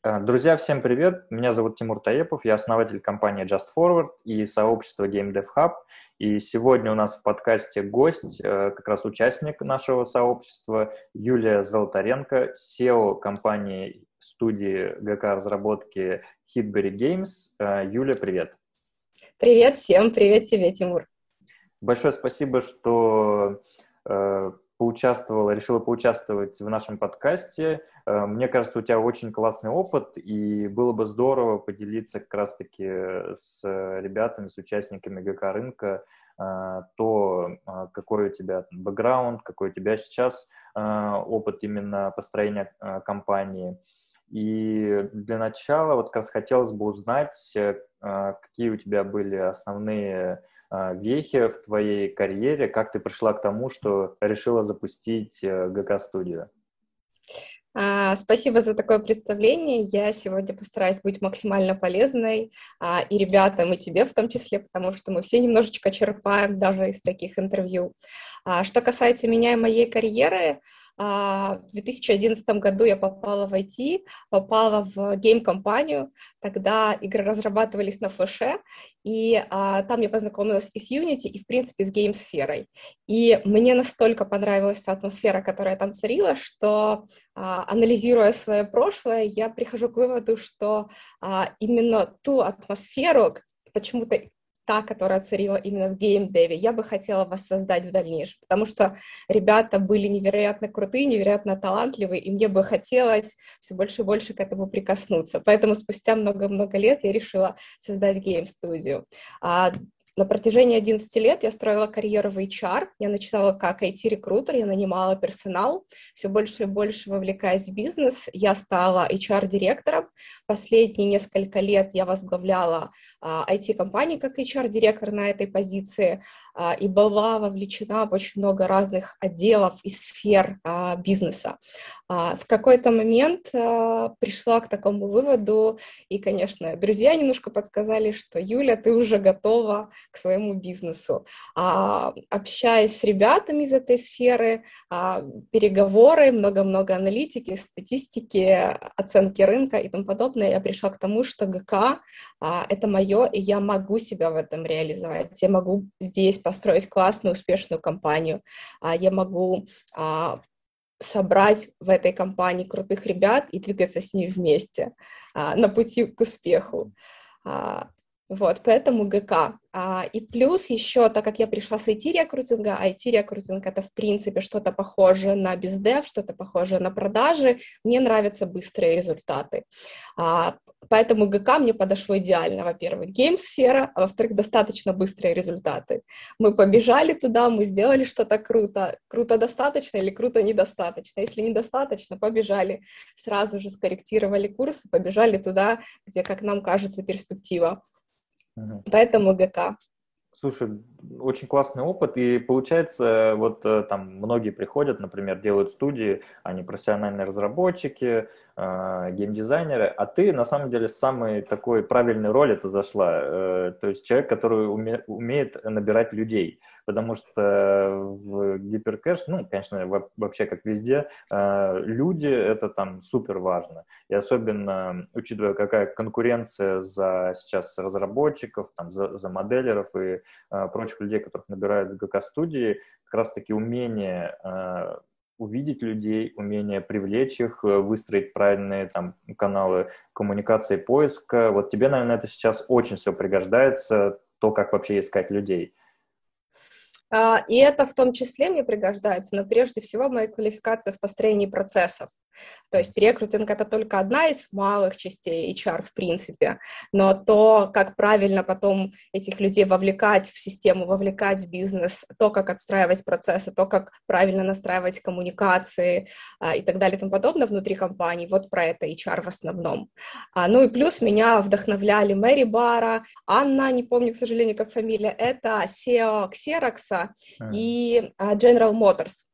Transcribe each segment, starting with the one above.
Друзья, всем привет! Меня зовут Тимур Таепов, я основатель компании Just Forward и сообщества Game Dev Hub. И сегодня у нас в подкасте гость, как раз участник нашего сообщества, Юлия Золотаренко, SEO компании студии ГК разработки Hitbury Games. Юля, привет! Привет всем, привет тебе, Тимур. Большое спасибо, что решила поучаствовать в нашем подкасте. Мне кажется, у тебя очень классный опыт, и было бы здорово поделиться как раз-таки с ребятами, с участниками ГК рынка, какой у тебя бэкграунд, какой у тебя сейчас опыт именно построения компании. И для начала вот как раз хотелось бы узнать, какие у тебя были основные вехи в твоей карьере, как ты пришла к тому, что решила запустить ГК-студию? Спасибо за такое представление. Я сегодня постараюсь быть максимально полезной и ребятам, и тебе в том числе, потому что мы все немножечко черпаем даже из таких интервью. Что касается меня и моей карьеры, в 2011 году я попала в IT, попала в гейм-компанию, тогда игры разрабатывались на флеше, и там я познакомилась и с Unity, и, в принципе, с гейм-сферой. И мне настолько понравилась та атмосфера, которая там царила, что, анализируя свое прошлое, я прихожу к выводу, что именно ту атмосферу, почему-то та, которая царила именно в геймдеве, я бы хотела воссоздать в дальнейшем, потому что ребята были невероятно крутые, невероятно талантливые, и мне бы хотелось все больше и больше к этому прикоснуться. Поэтому спустя много-много лет я решила создать гейм-студию. На протяжении 11 лет я строила карьеру в HR, я начинала как IT-рекрутер, я нанимала персонал, все больше и больше вовлекаясь в бизнес, я стала HR-директором, последние несколько лет я возглавляла IT-компании как HR-директор на этой позиции и была вовлечена в очень много разных отделов и сфер бизнеса. В какой-то момент пришла к такому выводу, и, конечно, друзья немножко подсказали, что Юля, ты уже готова к своему бизнесу. Общаясь с ребятами из этой сферы, переговоры, много-много аналитики, статистики, оценки рынка и тому подобное, я пришла к тому, что ГК — это мое, и я могу себя в этом реализовать. Я могу здесь построить классную, успешную компанию. Я могу собрать в этой компании крутых ребят и двигаться с ними вместе на пути к успеху. Вот, поэтому ГК. И плюс еще, так как я пришла с IT-рекрутинга, IT-рекрутинг — это, в принципе, что-то похожее на бездев, что-то похожее на продажи, мне нравятся быстрые результаты. Поэтому ГК мне подошло идеально. Во-первых, гейм-сфера, а во-вторых, достаточно быстрые результаты. Мы побежали туда, мы сделали что-то круто. Круто достаточно или круто недостаточно? Если недостаточно, побежали. Сразу же скорректировали курс и побежали туда, где, как нам кажется, перспектива. Поэтому ГК. Слушай, очень классный опыт, и получается, вот там многие приходят, например, делают студии, они профессиональные разработчики, геймдизайнеры, а ты, на самом деле, самый такой правильной роли это зашла, то есть человек, который умеет набирать людей, потому что в гиперкэш, ну, конечно, вообще как везде, люди — это там супер важно, и особенно учитывая, какая конкуренция за сейчас разработчиков, там, за моделеров и прочих людей, которых набирают в ГК-студии, как раз-таки умение увидеть людей, умение привлечь их, выстроить правильные там каналы коммуникации, поиска. Вот тебе, наверное, это сейчас очень все пригождается, то, как вообще искать людей. И это в том числе мне пригождается, но прежде всего моя квалификация в построении процессов. То есть рекрутинг — это только одна из малых частей HR, в принципе, но то, как правильно потом этих людей вовлекать в систему, вовлекать в бизнес, то, как отстраивать процессы, то, как правильно настраивать коммуникации и так далее и тому подобное внутри компании, вот про это HR в основном. Ну и плюс меня вдохновляли Мэри Бара, Анна, не помню, к сожалению, как фамилия, это SEO Xerox и General Motors.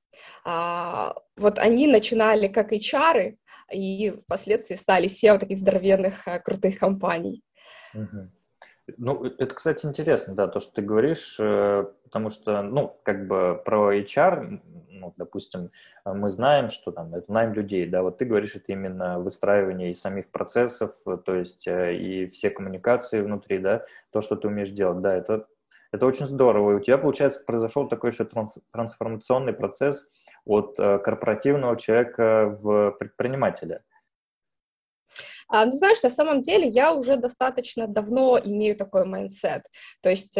Вот они начинали как HR и впоследствии стали SEO таких здоровенных, крутых компаний. Ну, это, кстати, интересно, да, то, что ты говоришь, потому что, ну, как бы про HR, ну, допустим, мы знаем, что там это найм людей, да, вот ты говоришь, это именно выстраивание и самих процессов, то есть и все коммуникации внутри, да, то, что ты умеешь делать, да, это очень здорово. И у тебя, получается, произошел такой еще трансформационный процесс от корпоративного человека в предпринимателя. Ну, знаешь, на самом деле я уже достаточно давно имею такой майндсет. То есть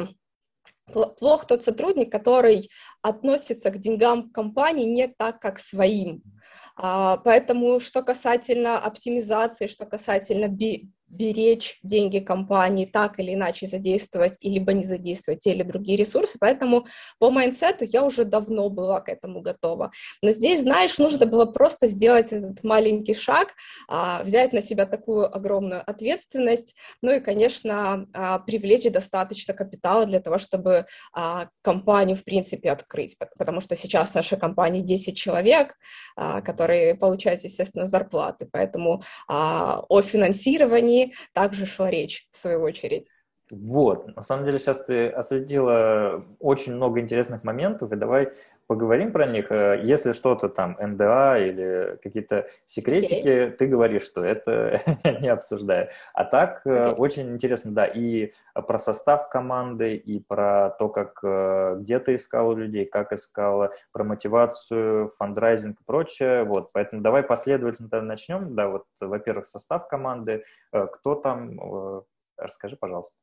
плох тот сотрудник, который относится к деньгам компании не так, как к своим. Поэтому, что касательно оптимизации, что касательно беречь деньги компании, так или иначе задействовать, либо не задействовать те или другие ресурсы, поэтому по майндсету я уже давно была к этому готова. Но здесь, знаешь, нужно было просто сделать этот маленький шаг, взять на себя такую огромную ответственность, ну и, конечно, привлечь достаточно капитала для того, чтобы компанию, в принципе, открыть, потому что сейчас в нашей компании 10 человек, которые получают, естественно, зарплаты, поэтому о финансировании также шла речь, в свою очередь. Вот, на самом деле сейчас ты осветила очень много интересных моментов, и давай поговорим про них. Если что-то там НДА или какие-то Окей, секретики, ты говоришь, что это не обсуждаю. А так окей. очень интересно, да, и про состав команды, и про то, как где ты искала людей, как искала, про мотивацию, фандрайзинг и прочее. Вот, поэтому давай последовательно тогда начнем. Да, вот, во-первых, состав команды, кто там, расскажи, пожалуйста.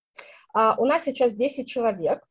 У нас сейчас 10 человек.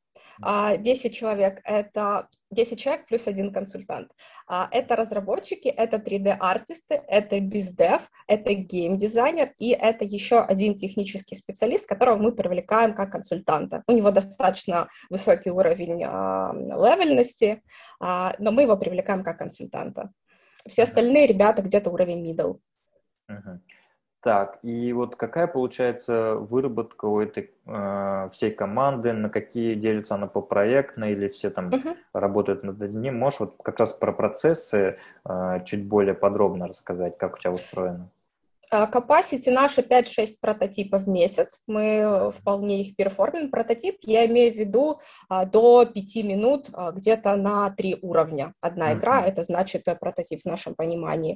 10 человек — это 10 человек плюс один консультант. Это разработчики, это 3D-артисты, это бездев, это геймдизайнер и это еще один технический специалист, которого мы привлекаем как консультанта. У него достаточно высокий уровень левельности, но мы его привлекаем как консультанта. Все Мгм. остальные ребята где-то уровень middle. Мгм. Так, и вот какая получается выработка у этой всей команды, на какие делится она по проектно или все там работают над одним? Можешь вот как раз про процессы чуть более подробно рассказать, как у тебя устроено? Capacity наши 5-6 прототипов в месяц. Мы вполне их перформим. Прототип, я имею в виду до 5 минут, где-то на 3 уровня. Одна игра — Мгм. это значит прототип в нашем понимании.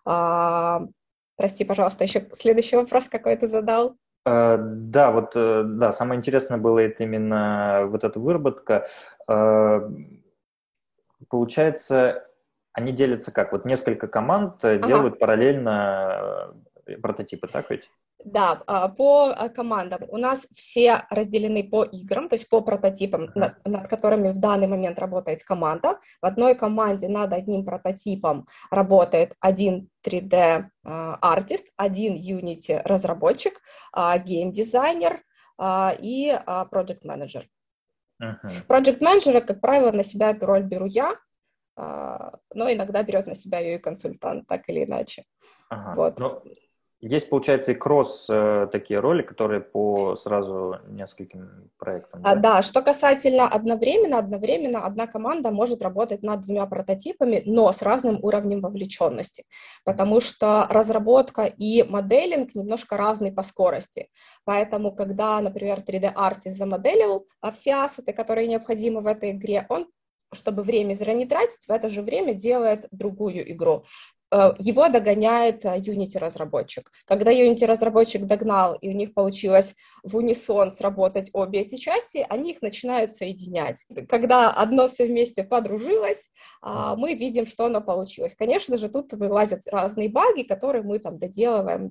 Прости, пожалуйста, еще следующий вопрос какой ты задал? Да, вот, да, самое интересное было это именно вот эта выработка. Э, Получается, они делятся как? Вот несколько команд Ага. делают параллельно прототипы, так ведь? Да, по командам. У нас все разделены по играм, то есть по прототипам, Мгм. над которыми в данный момент работает команда. В одной команде над одним прототипом работает один 3D-артист, один Unity-разработчик, гейм-дизайнер и проект-менеджер. Мгм. Проект-менеджера, как правило, на себя эту роль беру я, но иногда берет на себя ее и консультант, так или иначе. Ага. Вот. Ну, есть, получается, и кросс такие роли, которые по сразу нескольким проектам, да? Да, что касательно одновременно одна команда может работать над двумя прототипами, но с разным уровнем вовлеченности, Мгм. потому что разработка и моделинг немножко разные по скорости. Поэтому, когда, например, 3D-артист замоделил все ассеты, которые необходимы в этой игре, он, чтобы время зря не тратить, в это же время делает другую игру. Его догоняет Unity-разработчик. Когда Unity-разработчик догнал, и у них получилось в унисон сработать обе эти части, они их начинают соединять. Когда одно все вместе подружилось, Мгм. мы видим, что оно получилось. Конечно же, тут вылазят разные баги, которые мы там доделываем,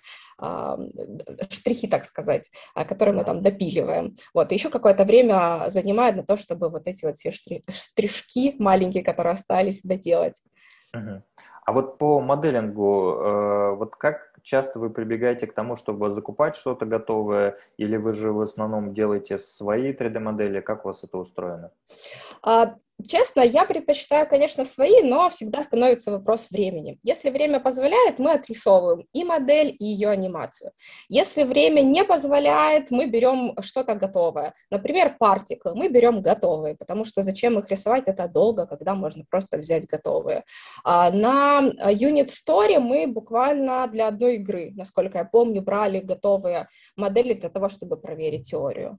штрихи, так сказать, которые мы Ага. там допиливаем. Вот, и еще какое-то время занимает на то, чтобы вот эти вот все штришки маленькие, которые остались, доделать. Мгм. А вот по моделингу, вот как часто вы прибегаете к тому, чтобы закупать что-то готовое, или вы же в основном делаете свои 3D-модели? Как у вас это устроено? Честно, я предпочитаю, конечно, свои, но всегда становится вопрос времени. Если время позволяет, мы отрисовываем и модель, и ее анимацию. Если время не позволяет, мы берем что-то готовое. Например, партиклы мы берем готовые, потому что зачем их рисовать, это долго, когда можно просто взять готовые. На Unit Story мы буквально для одной игры, насколько я помню, брали готовые модели для того, чтобы проверить теорию.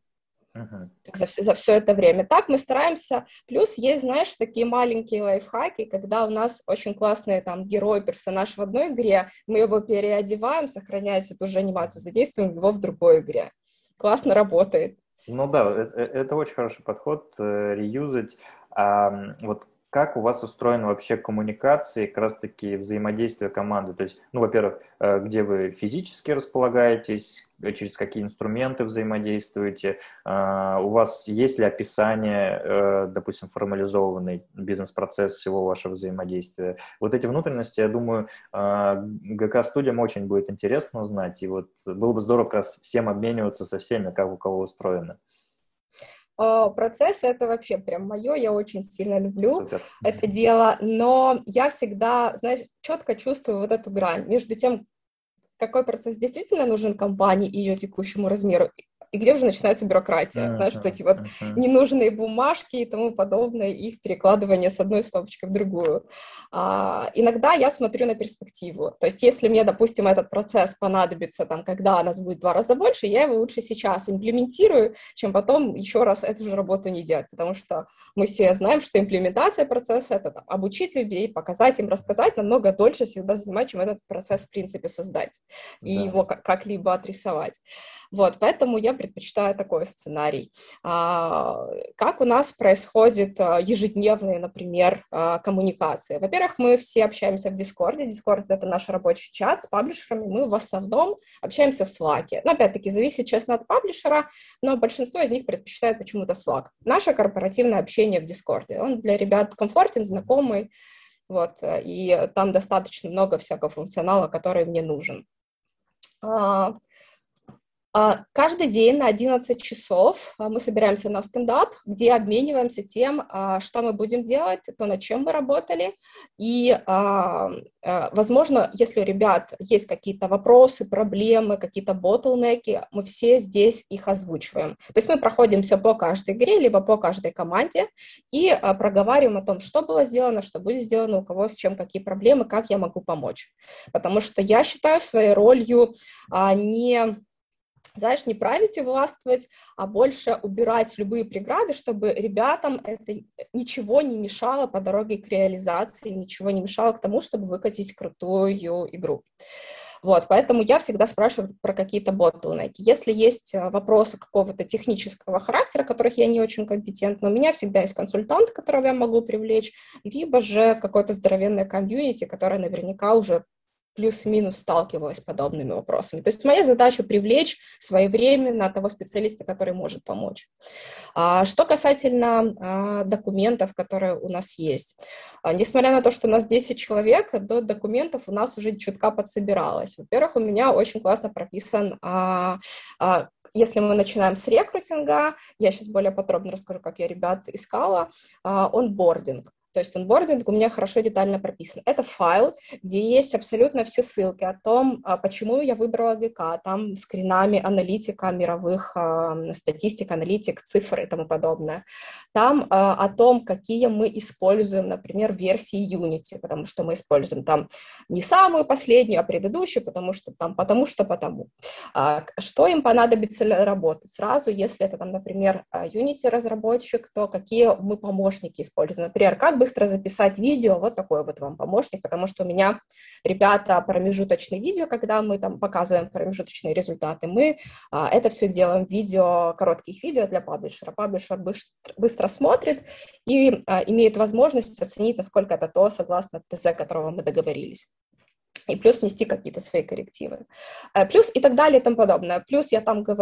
За все это время. Так мы стараемся. Плюс есть, знаешь, такие маленькие лайфхаки, когда у нас очень классный там герой, персонаж в одной игре, мы его переодеваем, сохраняя эту же анимацию, задействуем его в другой игре. Классно работает. Ну да, это очень хороший подход, реюзать. Вот как у вас устроена вообще коммуникация, как раз-таки взаимодействие команды? То есть, ну, во-первых, где вы физически располагаетесь, через какие инструменты взаимодействуете, у вас есть ли описание, допустим, формализованный бизнес-процесс всего вашего взаимодействия? Вот эти внутренности, я думаю, ГК-студиям очень будет интересно узнать, и вот было бы здорово как раз всем обмениваться со всеми, как у кого устроено. Процесс — это вообще прям мое, я очень сильно люблю это дело, но я всегда, знаешь, четко чувствую вот эту грань между тем, какой процесс действительно нужен компании и ее текущему размеру, и где уже начинается бюрократия, знаешь, вот эти вот ненужные бумажки и тому подобное, их перекладывание с одной стопочки в другую. Иногда я смотрю на перспективу, то есть если мне, допустим, этот процесс понадобится, там, когда нас будет в 2 раза больше, я его лучше сейчас имплементирую, чем потом еще раз эту же работу не делать, потому что мы все знаем, что имплементация процесса — это там, обучить людей, показать им, рассказать намного дольше всегда занимает, чем этот процесс в принципе создать и его как-либо отрисовать. Вот, поэтому я предпочитаю такой сценарий. Как у нас происходит ежедневные, например, коммуникации? Во-первых, мы все общаемся в Дискорде. Дискорд — это наш рабочий чат с паблишерами. Мы в основном общаемся в Slack. Но, опять-таки, зависит, честно, от паблишера, но большинство из них предпочитает почему-то Slack. Наше корпоративное общение в Дискорде. Он для ребят комфортен, знакомый, вот, и там достаточно много всякого функционала, который мне нужен. Каждый день на 11 часов мы собираемся на стендап, где обмениваемся тем, что мы будем делать, то, над чем мы работали. И, возможно, если у ребят есть какие-то вопросы, проблемы, какие-то ботлнеки, мы все здесь их озвучиваем. То есть мы проходимся по каждой игре, либо по каждой команде и проговариваем о том, что было сделано, что будет сделано, у кого с чем какие проблемы, как я могу помочь. Потому что я считаю своей ролью не править и властвовать, а больше убирать любые преграды, чтобы ребятам это ничего не мешало по дороге к реализации, ничего не мешало к тому, чтобы выкатить крутую игру. Вот, поэтому я всегда спрашиваю про какие-то ботлнеки. Если есть вопросы какого-то технического характера, в которых я не очень компетентна, у меня всегда есть консультант, которого я могу привлечь, либо же какое-то здоровенное комьюнити, которое наверняка уже плюс-минус сталкивалась с подобными вопросами. То есть моя задача — привлечь своевременно того специалиста, который может помочь. Что касательно документов, которые у нас есть. Несмотря на то, что у нас 10 человек, до документов у нас уже чутка подсобиралось. Во-первых, у меня очень классно прописан если мы начинаем с рекрутинга, я сейчас более подробно расскажу, как я ребят искала, онбординг. То есть онбординг у меня хорошо детально прописан. Это файл, где есть абсолютно все ссылки о том, почему я выбрала ГК, там скринами аналитика мировых статистик, аналитик, цифр и тому подобное. Там о том, какие мы используем, например, версии Unity, потому что мы используем там не самую последнюю, а предыдущую, потому что. Что им понадобится для работы? Сразу, если это там, например, Unity-разработчик, то какие мы помощники используем. Например, как быстро записать видео, вот такой вот вам помощник, потому что у меня ребята промежуточные видео, когда мы там показываем промежуточные результаты, мы это все делаем в видео, коротких видео для паблишера. Паблишер быстро смотрит и имеет возможность оценить, насколько это то, согласно ТЗ, которого мы договорились. И плюс внести какие-то свои коррективы. Плюс и так далее и тому подобное. Плюс я там говорю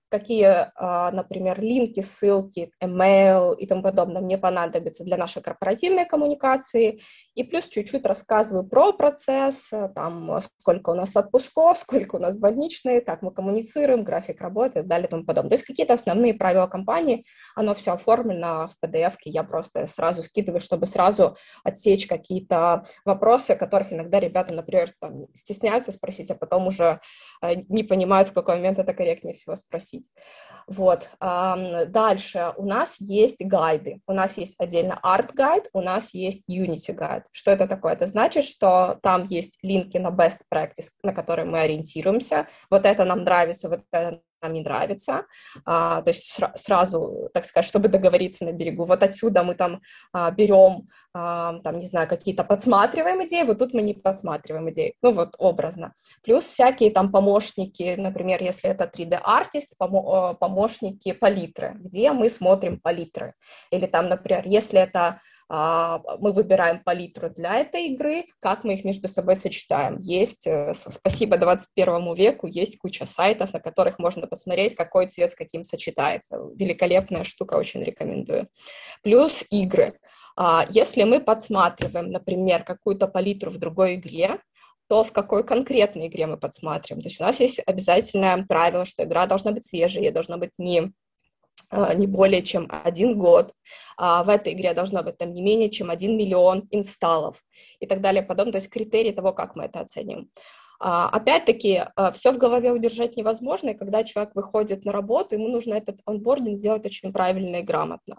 какие, например, линки, ссылки, email и тому подобное мне понадобятся для нашей корпоративной коммуникации, и плюс чуть-чуть рассказываю про процесс, там, сколько у нас отпусков, сколько у нас больничные, как мы коммуницируем, график работы и далее и тому подобное. То есть какие-то основные правила компании, оно все оформлено в PDF-ке, я просто сразу скидываю, чтобы сразу отсечь какие-то вопросы, о которых иногда ребята, например, там, стесняются спросить, а потом уже не понимают, в какой момент это корректнее всего спросить. Вот. Дальше у нас есть гайды. У нас есть отдельно арт-гайд, у нас есть Unity-гайд. Что это такое? Это значит, что там есть линки на best practice, на которые мы ориентируемся. Вот это нам нравится, вот это нам не нравится. То есть сразу, так сказать, чтобы договориться на берегу. Вот отсюда мы там берем, там, не знаю, какие-то подсматриваем идеи, вот тут мы не подсматриваем идеи. Ну вот образно. Плюс всякие там помощники, например, если это 3D-артист, помощники палитры, где мы смотрим палитры. Или там, например, если это мы выбираем палитру для этой игры, как мы их между собой сочетаем. Есть, спасибо 21 веку, есть куча сайтов, на которых можно посмотреть, какой цвет с каким сочетается. Великолепная штука, очень рекомендую. Плюс игры. Если мы подсматриваем, например, какую-то палитру в другой игре, то в какой конкретной игре мы подсматриваем. То есть у нас есть обязательное правило, что игра должна быть свежей, должна быть не более чем 1 год. В этой игре должно быть там не менее чем 1 миллион инсталлов и так далее, подобное. То есть критерии того, как мы это оценим. Опять-таки, все в голове удержать невозможно, и когда человек выходит на работу, ему нужно этот онбординг сделать очень правильно и грамотно.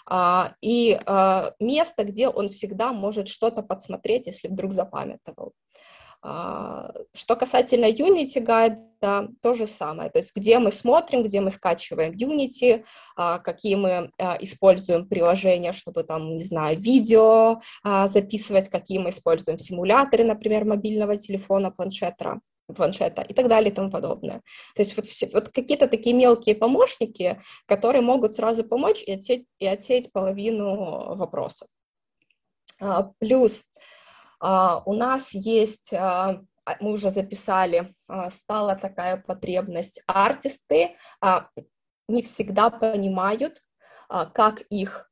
И место, где он всегда может что-то подсмотреть, если вдруг запамятовал. Что касательно Unity гайда, то же самое. То есть где мы смотрим, где мы скачиваем Unity, какие мы используем приложения, чтобы там, не знаю, видео записывать, какие мы используем симуляторы, например, мобильного телефона, планшета и так далее и тому подобное. То есть вот какие-то такие мелкие помощники, которые могут сразу помочь и отсеять половину вопросов. Плюс у нас есть, мы уже записали, стала такая потребность. Артисты не всегда понимают, как их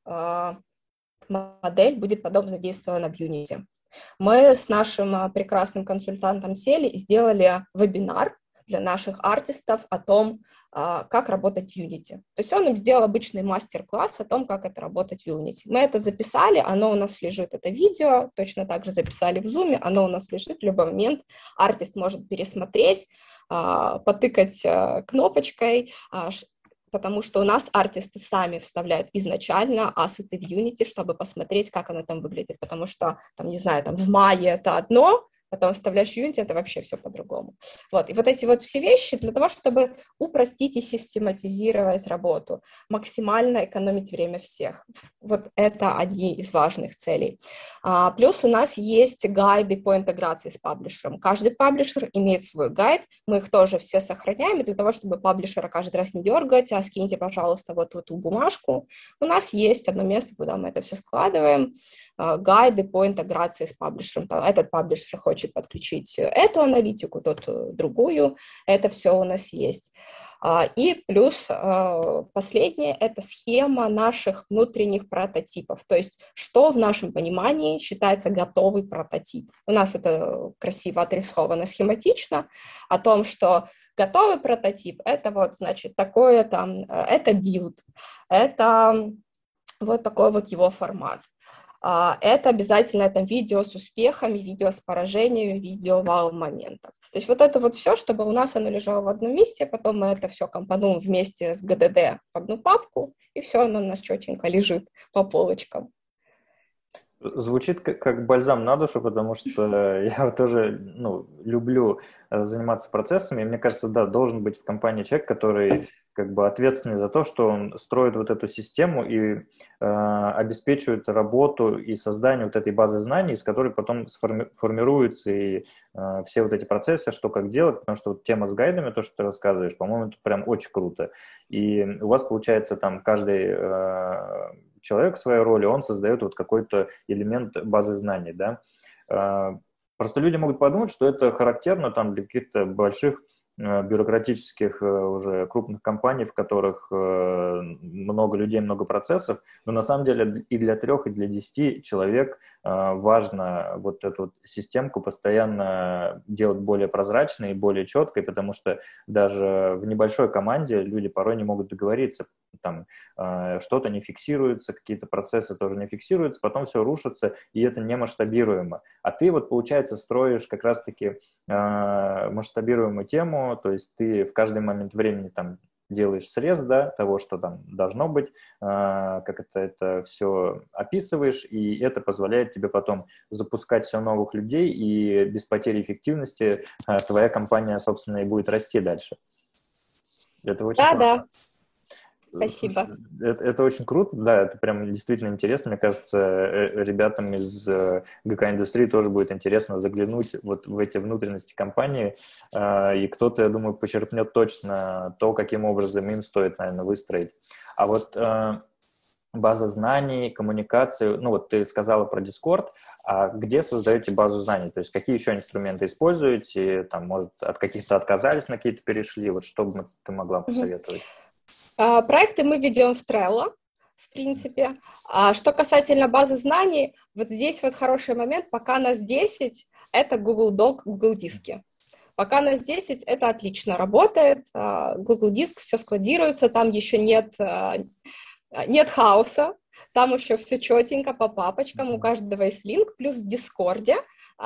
модель будет потом задействована в Unity. Мы с нашим прекрасным консультантом сели и сделали вебинар для наших артистов о том, как работать в Unity. То есть он им сделал обычный мастер-класс о том, как это работать в Unity. Мы это записали, оно у нас лежит, это видео, точно так же записали в Zoom, оно у нас лежит, в любой момент артист может пересмотреть, потыкать кнопочкой, потому что у нас артисты сами вставляют изначально ассеты в Unity, чтобы посмотреть, как оно там выглядит, потому что, там, не знаю, там в мае это одно, потом вставляешь Unity, это вообще все по-другому. Вот. И вот эти вот все вещи для того, чтобы упростить и систематизировать работу, максимально экономить время всех. Вот это одни из важных целей. Плюс у нас есть гайды по интеграции с паблишером. Каждый паблишер имеет свой гайд, мы их тоже все сохраняем, и для того, чтобы паблишера каждый раз не дергать, скиньте, пожалуйста, вот эту бумажку, у нас есть одно место, куда мы это все складываем, гайды по интеграции с паблишером. Этот паблишер хочет подключить эту аналитику, тот другую. Это все у нас есть. И плюс последнее – это схема наших внутренних прототипов. То есть что в нашем понимании считается готовый прототип. У нас это красиво отрисовано схематично о том, что готовый прототип – это вот, значит, такое там, это билд, это вот такой вот его формат. Это обязательно там видео с успехами, видео с поражениями, видео вау-моментов. То есть вот это вот все, чтобы у нас оно лежало в одном месте, потом мы это все компонуем вместе с GDD в одну папку, и все оно у нас четенько лежит по полочкам. Звучит как бальзам на душу, потому что я тоже люблю заниматься процессами. И мне кажется, да, должен быть в компании человек, который как бы ответственный за то, что он строит вот эту систему и обеспечивает работу и создание вот этой базы знаний, из которой потом формируются и все вот эти процессы, что как делать, потому что вот тема с гайдами, то, что ты рассказываешь, по-моему, это прям очень круто. И у вас, получается, там каждый человек в своей роли, он создает вот какой-то элемент базы знаний, да. Просто люди могут подумать, что это характерно там для каких-то больших бюрократических уже крупных компаний, в которых много людей, много процессов, но на самом деле и для 3, и для 10 человек важно вот эту вот системку постоянно делать более прозрачной и более четкой, потому что даже в небольшой команде люди порой не могут договориться, там что-то не фиксируется, какие-то процессы тоже не фиксируются, потом все рушится, и это не масштабируемо. А ты вот, получается, строишь как раз-таки масштабируемую тему, то есть ты в каждый момент времени там делаешь срез, да, того, что там должно быть, как это все описываешь, и это позволяет тебе потом запускать все новых людей, и без потери эффективности твоя компания, собственно, и будет расти дальше. Это очень Да, классно. спасибо. Это очень круто, да, это прям действительно интересно. Мне кажется, ребятам из ГК-индустрии тоже будет интересно заглянуть вот в эти внутренности компании, и кто-то, я думаю, почерпнет точно то, каким образом им стоит, наверное, выстроить. А вот база знаний, коммуникации, ну вот ты сказала про Discord, а где создаете базу знаний? То есть какие еще инструменты используете? Там, может, от каких-то отказались, на какие-то перешли? Вот что бы ты могла посоветовать? Проекты мы ведем в Trello, в принципе. А что касательно базы знаний, вот здесь вот хороший момент, пока нас 10, это Google Doc, Google диски. Пока нас 10, это отлично работает. Google Диск, все складируется, там еще нет хаоса, там еще все четенько по папочкам, у каждого есть линк, плюс в Дискорде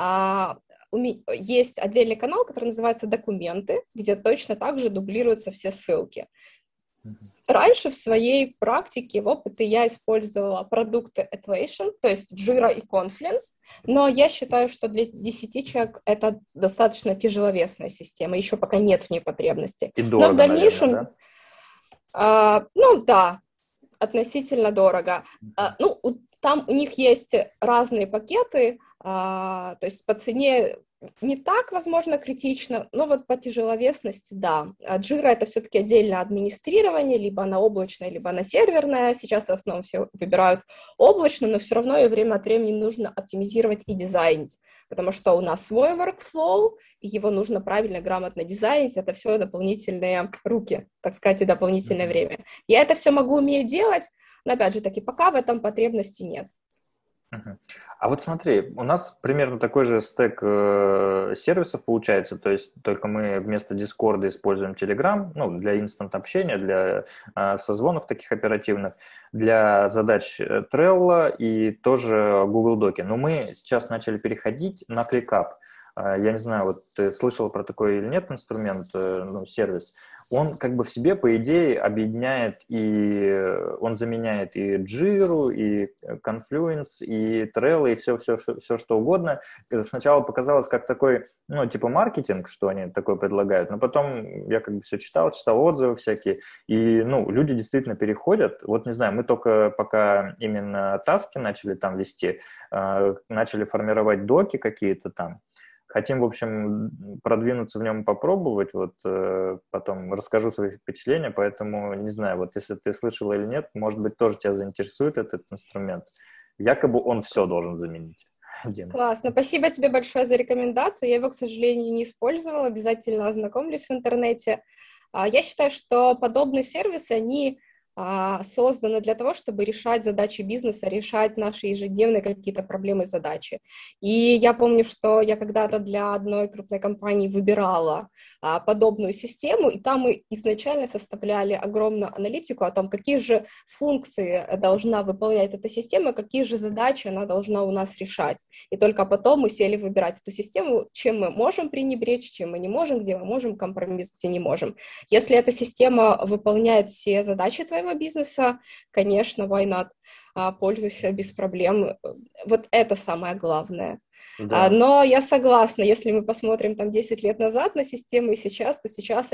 есть отдельный канал, который называется «Документы», где точно так же дублируются все ссылки. Раньше в своей практике, в опыте я использовала продукты Atlassian, то есть Jira и Confluence, но я считаю, что для 10 человек это достаточно тяжеловесная система, еще пока нет в ней потребности. И дорого, но в дальнейшем, наверное, да? Ну да, относительно дорого. Там у них есть разные пакеты, то есть по цене не так, возможно, критично, но вот по тяжеловесности, да. Jira — это все-таки отдельное администрирование, либо она облачная, либо она серверная. Сейчас в основном все выбирают облачно, но все равно ее время от времени нужно оптимизировать и дизайнить, потому что у нас свой workflow, и его нужно правильно, грамотно дизайнить. Это все дополнительные руки, так сказать, и дополнительное время. Я это все могу, умею делать, но, опять же таки, пока в этом потребности нет. А вот смотри, у нас примерно такой же стек сервисов получается, то есть только мы вместо Discord используем Telegram, ну, для инстант-общения, для созвонов таких оперативных, для задач Trello и тоже Google Доки. Но мы сейчас начали переходить на ClickUp. Я не знаю, вот ты слышал про такой или нет инструмент, ну, сервис. Он как бы в себе, по идее, объединяет и он заменяет и Jira, и Confluence, и Trello, и все что угодно. Это сначала показалось как такой, ну, типа маркетинг, что они такое предлагают, но потом я как бы все читал отзывы всякие, и, ну, люди действительно переходят. Вот, не знаю, мы только пока именно таски начали там вести, начали формировать доки какие-то там, хотим, в общем, продвинуться в нем, попробовать, вот потом расскажу свои впечатления, поэтому не знаю, вот если ты слышала или нет, может быть, тоже тебя заинтересует этот инструмент. Якобы он все должен заменить. Классно. Спасибо тебе большое за рекомендацию. Я его, к сожалению, не использовала, обязательно ознакомлюсь в интернете. Я считаю, что подобные сервисы, они созданы для того, чтобы решать задачи бизнеса, решать наши ежедневные какие-то проблемы, задачи. И я помню, что я когда-то для одной крупной компании выбирала подобную систему, и там мы изначально составляли огромную аналитику о том, какие же функции должна выполнять эта система, какие же задачи она должна у нас решать. И только потом мы сели выбирать эту систему, чем мы можем пренебречь, чем мы не можем, где мы можем компромисс, где не можем. Если эта система выполняет все задачи твоего бизнеса, конечно, why not? Пользуйся без проблем. Вот это самое главное. Да. Но я согласна, если мы посмотрим там 10 лет назад на систему и сейчас, то сейчас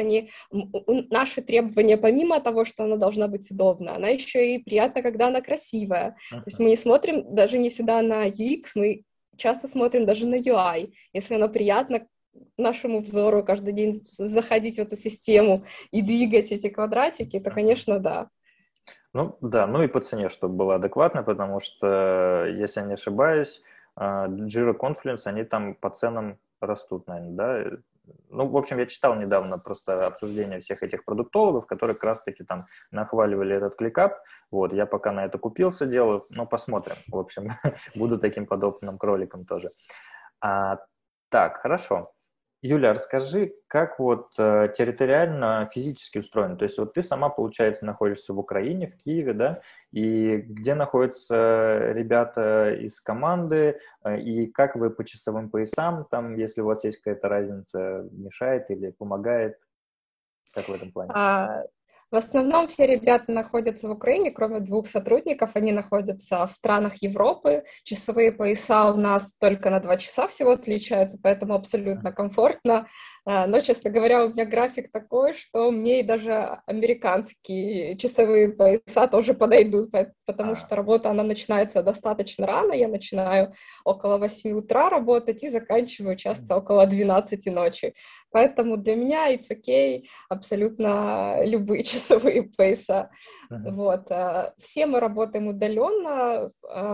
наши требования, помимо того, что она должна быть удобна, она еще и приятна, когда она красивая. То есть мы не смотрим даже не всегда на UX, мы часто смотрим даже на UI. Если оно приятно нашему взору каждый день заходить в эту систему и двигать эти квадратики, то, конечно, да. Ну, да, ну и по цене, чтобы было адекватно, потому что, если я не ошибаюсь, Jira, Confluence, они там по ценам растут, наверное, да? Ну, в общем, я читал недавно просто обсуждение всех этих продуктологов, которые как раз-таки там нахваливали этот ClickUp. Вот, я пока на это купился, делаю, но посмотрим. В общем, буду таким подобным кроликом тоже. А, так, хорошо. Юля, расскажи, как вот территориально, физически устроено? То есть вот ты сама, получается, находишься в Украине, в Киеве, да? И где находятся ребята из команды? И как вы по часовым поясам, там, если у вас есть какая-то разница, мешает или помогает? Как в этом плане? А, В основном все ребята находятся в Украине, кроме 2 сотрудников, они находятся в странах Европы. Часовые пояса у нас только на 2 часа всего отличаются, поэтому абсолютно комфортно. Но, честно говоря, у меня график такой, что мне и даже американские часовые пояса тоже подойдут, потому А, что работа, она начинается достаточно рано. Я начинаю около 8 утра работать и заканчиваю часто около 12 ночи. Поэтому для меня it's okay абсолютно любые часовые пояса. мгм. Вот. Все мы работаем удаленно,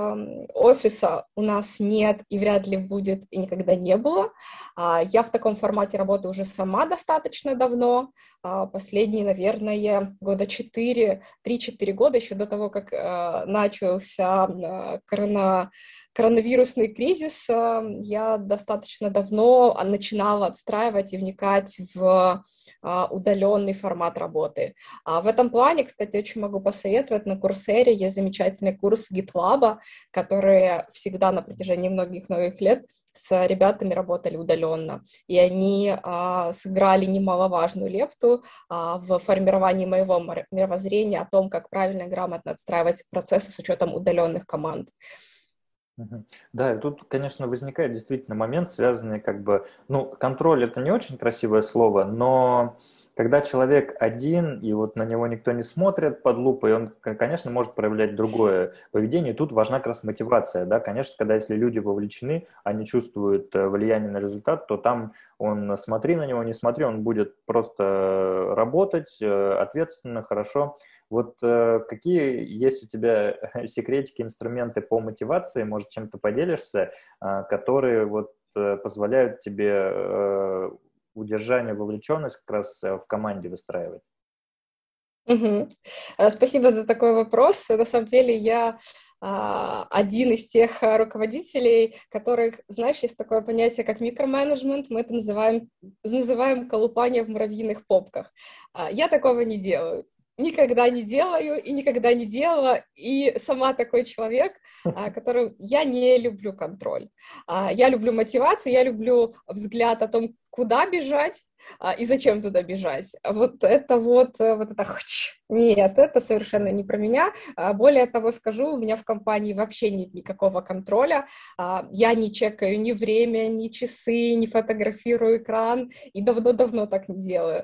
офиса у нас нет и вряд ли будет, и никогда не было. Я в таком формате работаю уже сама достаточно давно, последние, наверное, года 4, 3-4 года, еще до того, как начался коронавирусный кризис, я достаточно давно начинала отстраивать и вникать в удаленный формат работы. В этом плане, кстати, очень могу посоветовать, на Курсере есть замечательный курс GitLab, который всегда на протяжении многих-многих лет с ребятами работали удаленно, и они сыграли немаловажную лепту в формировании моего мировоззрения о том, как правильно и грамотно отстраивать процессы с учетом удаленных команд. Мгм. Да, и тут, конечно, возникает действительно момент, связанный как бы, ну, контроль это не очень красивое слово, но когда человек один, и вот на него никто не смотрит под лупой, он, конечно, может проявлять другое поведение, и тут важна как раз мотивация, да, конечно, когда если люди вовлечены, они чувствуют влияние на результат, то там он, смотри на него, не смотри, он будет просто работать ответственно, хорошо. Вот какие есть у тебя секретики, инструменты по мотивации, может, чем-то поделишься, которые вот позволяют тебе удержание, вовлеченность как раз в команде выстраивать? Мгм. Спасибо за такой вопрос. На самом деле я один из тех руководителей, которых, знаешь, есть такое понятие, как микроменеджмент, мы это называем колупание в муравьиных попках. Я такого не делаю. Никогда не делаю и никогда не делала, и сама такой человек, который я не люблю контроль. Я люблю мотивацию, я люблю взгляд о том, куда бежать, и зачем туда бежать. Вот это нет, это совершенно не про меня. Более того скажу, у меня в компании вообще нет никакого контроля. Я не чекаю ни время, ни часы, не фотографирую экран, и давно-давно так не делаю.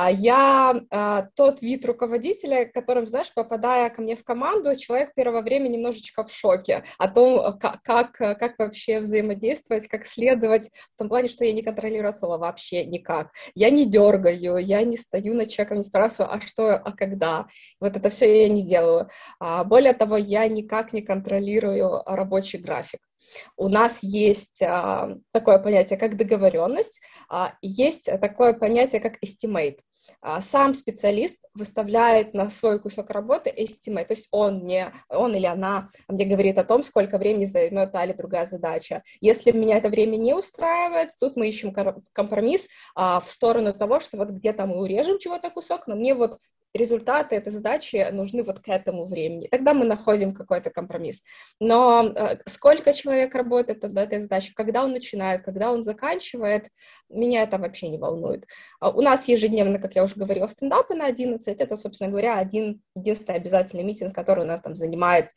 Я тот вид руководителя, которым, знаешь, попадая ко мне в команду, человек первое время немножечко в шоке о том, как вообще взаимодействовать, как следовать, в том плане, что я не контролирую от слова вообще никак. Я не дергаю, я не стою над человеком, не спрашиваю, а что, а когда. Вот это все я не делаю. Более того, я никак не контролирую рабочий график. У нас есть такое понятие, как договоренность, есть такое понятие, как estimate. Сам специалист выставляет на свой кусок работы estimate, то есть он или она мне говорит о том, сколько времени займет та или другая задача. Если меня это время не устраивает, тут мы ищем компромисс в сторону того, что вот где-то мы урежем чего-то кусок, но мне вот результаты этой задачи нужны вот к этому времени. Тогда мы находим какой-то компромисс. Но сколько человек работает над этой задачей, когда он начинает, когда он заканчивает, меня это вообще не волнует. У нас ежедневно, как я уже говорила, стендапы на 11. Это, собственно говоря, один единственный обязательный митинг, который у нас там занимает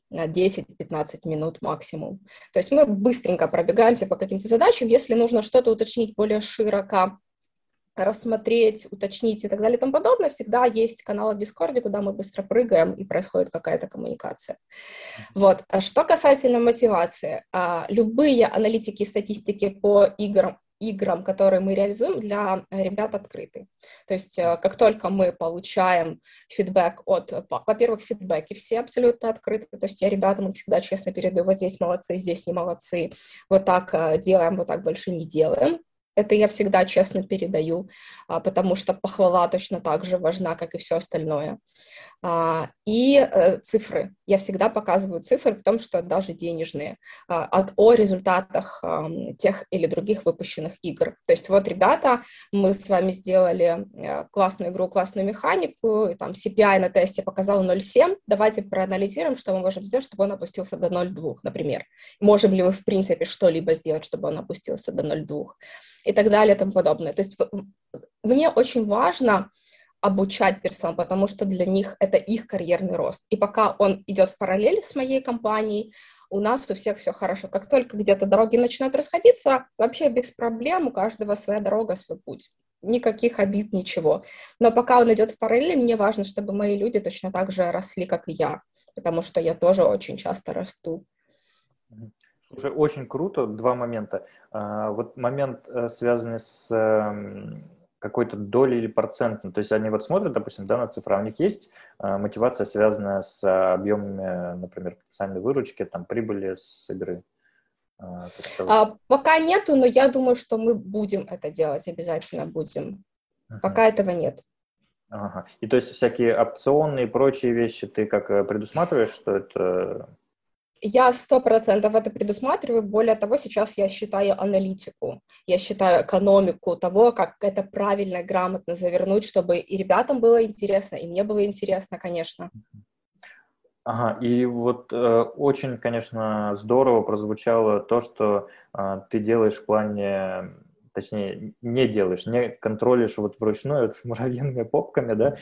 10-15 минут максимум. То есть мы быстренько пробегаемся по каким-то задачам. Если нужно что-то уточнить более широко, рассмотреть, уточнить и так далее и тому подобное, всегда есть канал в Дискорде, куда мы быстро прыгаем, и происходит какая-то коммуникация. Вот. Что касательно мотивации, любые аналитики и статистики по играм, которые мы реализуем, для ребят открыты. То есть как только мы получаем фидбэк во-первых, фидбэки все абсолютно открыты, то есть я ребятам всегда честно передаю, вот здесь молодцы, здесь не молодцы, вот так делаем, вот так больше не делаем. Это я всегда честно передаю, потому что похвала точно так же важна, как и все остальное. И цифры. Я всегда показываю цифры, потому что даже денежные, о результатах тех или других выпущенных игр. То есть вот, ребята, мы с вами сделали классную игру, классную механику, и там CPI на тесте показал 0,7, давайте проанализируем, что мы можем сделать, чтобы он опустился до 0,2, например. Можем ли вы, в принципе, что-либо сделать, чтобы он опустился до 0,2 и так далее и тому подобное. То есть мне очень важно обучать персонал, потому что для них это их карьерный рост. И пока он идет в параллель с моей компанией, у нас у всех все хорошо. Как только где-то дороги начинают расходиться, вообще без проблем, у каждого своя дорога, свой путь. Никаких обид, ничего. Но пока он идет в параллели, мне важно, чтобы мои люди точно так же росли, как и я, потому что я тоже очень часто расту. Слушай, очень круто. Два момента. Вот момент, связанный с какой-то долей или процентом. То есть они вот смотрят, допустим, да, на цифры, а у них есть мотивация, связанная с объемами, например, потенциальной выручки, там, прибыли с игры. Пока нету, но я думаю, что мы будем это делать, обязательно будем. Пока этого нет. Ага. И то есть всякие опционы и прочие вещи ты как предусматриваешь, что это... Я 100% это предусматриваю. Более того, сейчас я считаю аналитику, я считаю экономику того, как это правильно, грамотно завернуть, чтобы и ребятам было интересно, и мне было интересно, конечно. Ага, и вот очень, конечно, здорово прозвучало то, что ты делаешь в плане, точнее, не делаешь, не контролишь вот вручную с муравьиными попками, да?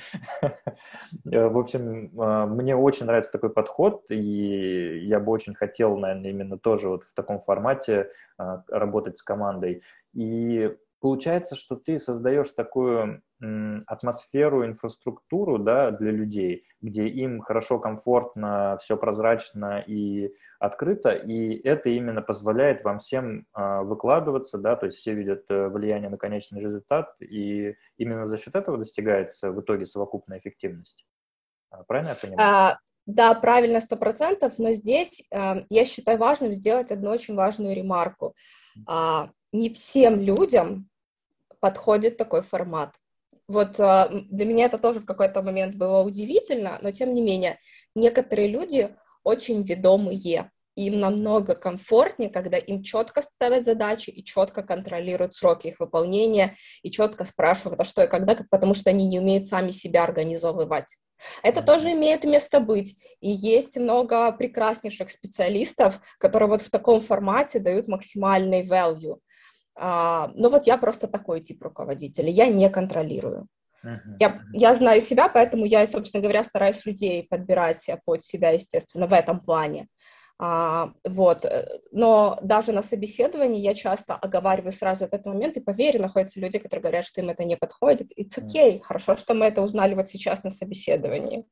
В общем, мне очень нравится такой подход, и я бы очень хотел, наверное, именно тоже вот в таком формате работать с командой. И получается, что ты создаешь такую атмосферу, инфраструктуру, да, для людей, где им хорошо, комфортно, все прозрачно и открыто, и это именно позволяет вам всем выкладываться, да, то есть все видят влияние на конечный результат, и именно за счет этого достигается в итоге совокупная эффективность. Правильно я понимаю? Да, правильно, 100%, но здесь я считаю важным сделать одну очень важную ремарку. Не всем людям подходит такой формат. Вот для меня это тоже в какой-то момент было удивительно, но тем не менее, некоторые люди очень ведомые. Им намного комфортнее, когда им четко ставят задачи и четко контролируют сроки их выполнения, и четко спрашивают, а что и когда, потому что они не умеют сами себя организовывать. Это тоже имеет место быть. И есть много прекраснейших специалистов, которые вот в таком формате дают максимальный value. Но вот я просто такой тип руководителя, я не контролирую. Я знаю себя, поэтому я, собственно говоря, стараюсь людей подбирать под себя, естественно, в этом плане. Вот. Но даже на собеседовании я часто оговариваю сразу этот момент, и поверь, находятся люди, которые говорят, что им это не подходит. It's okay. Хорошо, что мы это узнали вот сейчас на собеседовании.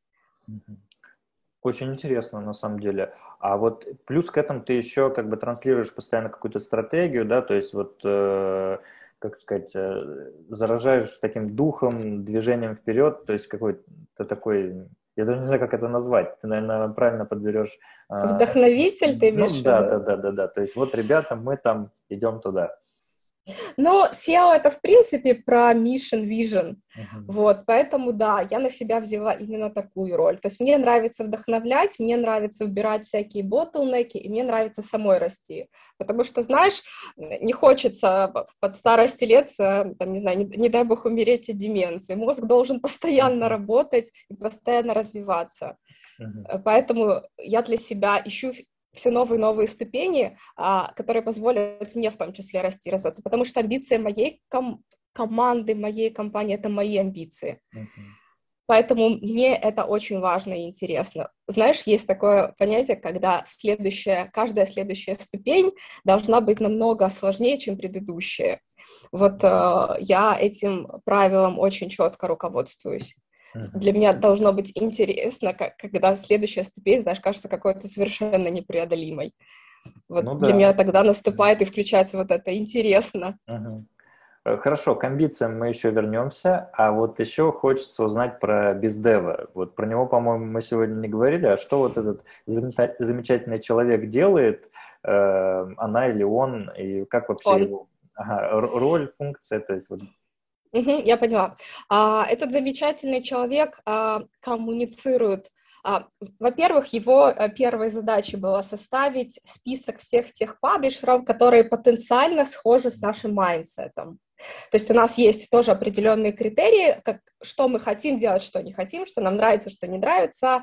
Очень интересно, на самом деле. А вот плюс к этому ты еще как бы транслируешь постоянно какую-то стратегию, да, то есть вот, как сказать, заражаешь таким духом, движением вперед, то есть какой-то такой, я даже не знаю, как это назвать, ты, наверное, правильно подберешь. Вдохновитель, ты имеешь в виду? Да, то есть вот, ребята, мы там идем туда. Но SEO — это, в принципе, про mission, vision. Вот, поэтому, да, я на себя взяла именно такую роль. То есть мне нравится вдохновлять, мне нравится убирать всякие ботлнеки, и мне нравится самой расти. Потому что, знаешь, не хочется под старости лет, там, не знаю, не дай бог умереть от деменции. Мозг должен постоянно работать и постоянно развиваться. Поэтому я для себя ищу все новые и новые ступени, которые позволят мне в том числе расти и развиваться, потому что амбиции моей команды, моей компании — это мои амбиции. Поэтому мне это очень важно и интересно. Знаешь, есть такое понятие, когда каждая следующая ступень должна быть намного сложнее, чем предыдущая. Вот я этим правилом очень четко руководствуюсь. Для меня должно быть интересно, когда следующая ступень, знаешь, кажется какой-то совершенно непреодолимой. Вот для меня тогда наступает и включается вот это интересно. Хорошо, к амбициям мы еще вернемся, а вот еще хочется узнать про бездева. Вот про него, по-моему, мы сегодня не говорили, а что вот этот замечательный человек делает, она или он, и как вообще Он. его... Ага, роль, функция, то есть вот. Я поняла. Этот замечательный человек коммуницирует. Во-первых, его первой задачей было составить список всех тех паблишеров, которые потенциально схожи с нашим майндсетом. То есть у нас есть тоже определенные критерии, что мы хотим делать, что не хотим, что нам нравится, что не нравится.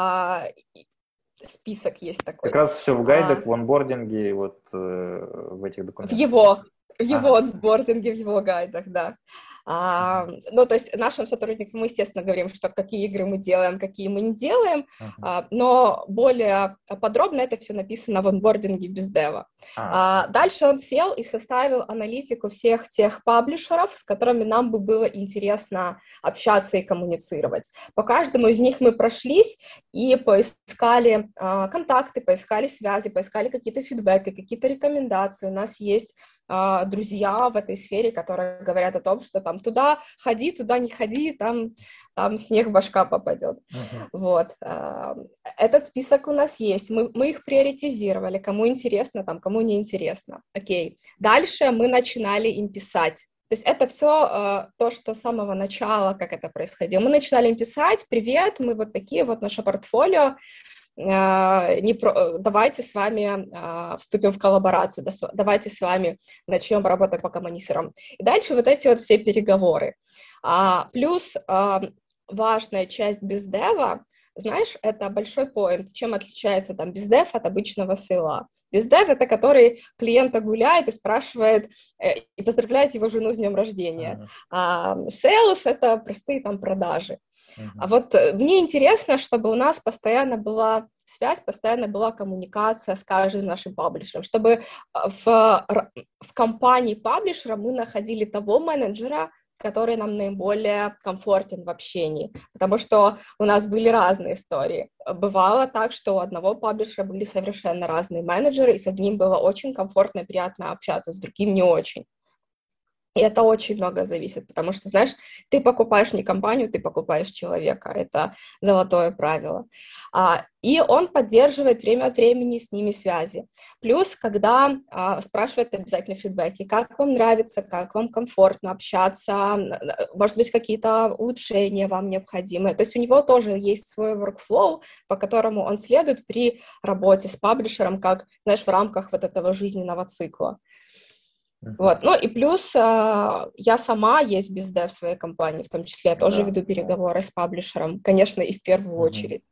Список есть такой. Как раз все в гайдах, в онбординге, вот в этих документах. В его онбординге, в его гайдах, да. Ну, то есть нашим сотрудникам мы, естественно, говорим, что какие игры мы делаем, какие мы не делаем, но более подробно это все написано в онбординге без дева. Дальше он сел и составил аналитику всех тех паблишеров, с которыми нам бы было интересно общаться и коммуницировать. По каждому из них мы прошлись и поискали контакты, поискали связи, поискали какие-то фидбэки, какие-то рекомендации. У нас есть друзья в этой сфере, которые говорят о том, что там туда ходи, туда не ходи, там снег в башка попадет. Вот. Этот список у нас есть. Мы их приоритизировали, кому интересно, там, кому не интересно. Окей. Дальше мы начинали им писать. То есть это все то, что с самого начала, как это происходило. Мы начинали им писать: привет, мы вот такие, вот наше портфолио, давайте с вами вступим в коллаборацию, давайте с вами начнем работать по коммуникаторам. И дальше вот эти вот все переговоры. Плюс важная часть бездева, знаешь, это большой поинт, чем отличается там бездев от обычного сейла. Бездев — это который клиента гуляет и спрашивает, и поздравляет его жену с днем рождения. Sales — это простые там продажи. А вот мне интересно, чтобы у нас постоянно была связь, постоянно была коммуникация с каждым нашим паблишером, чтобы в компании паблишера мы находили того менеджера, который нам наиболее комфортен в общении, потому что у нас были разные истории. Бывало так, что у одного паблишера были совершенно разные менеджеры, и с одним было очень комфортно и приятно общаться, с другим не очень. И это очень много зависит, потому что, знаешь, ты покупаешь не компанию, ты покупаешь человека. Это золотое правило. И он поддерживает время от времени с ними связи. Плюс, когда спрашивает обязательно фидбэки, как вам нравится, как вам комфортно общаться, может быть, какие-то улучшения вам необходимы. То есть у него тоже есть свой workflow, по которому он следует при работе с паблишером, как, знаешь, в рамках вот этого жизненного цикла. Вот. Ну и плюс я сама есть бездев в своей компании, в том числе я тоже веду переговоры с паблишером, конечно, и в первую очередь.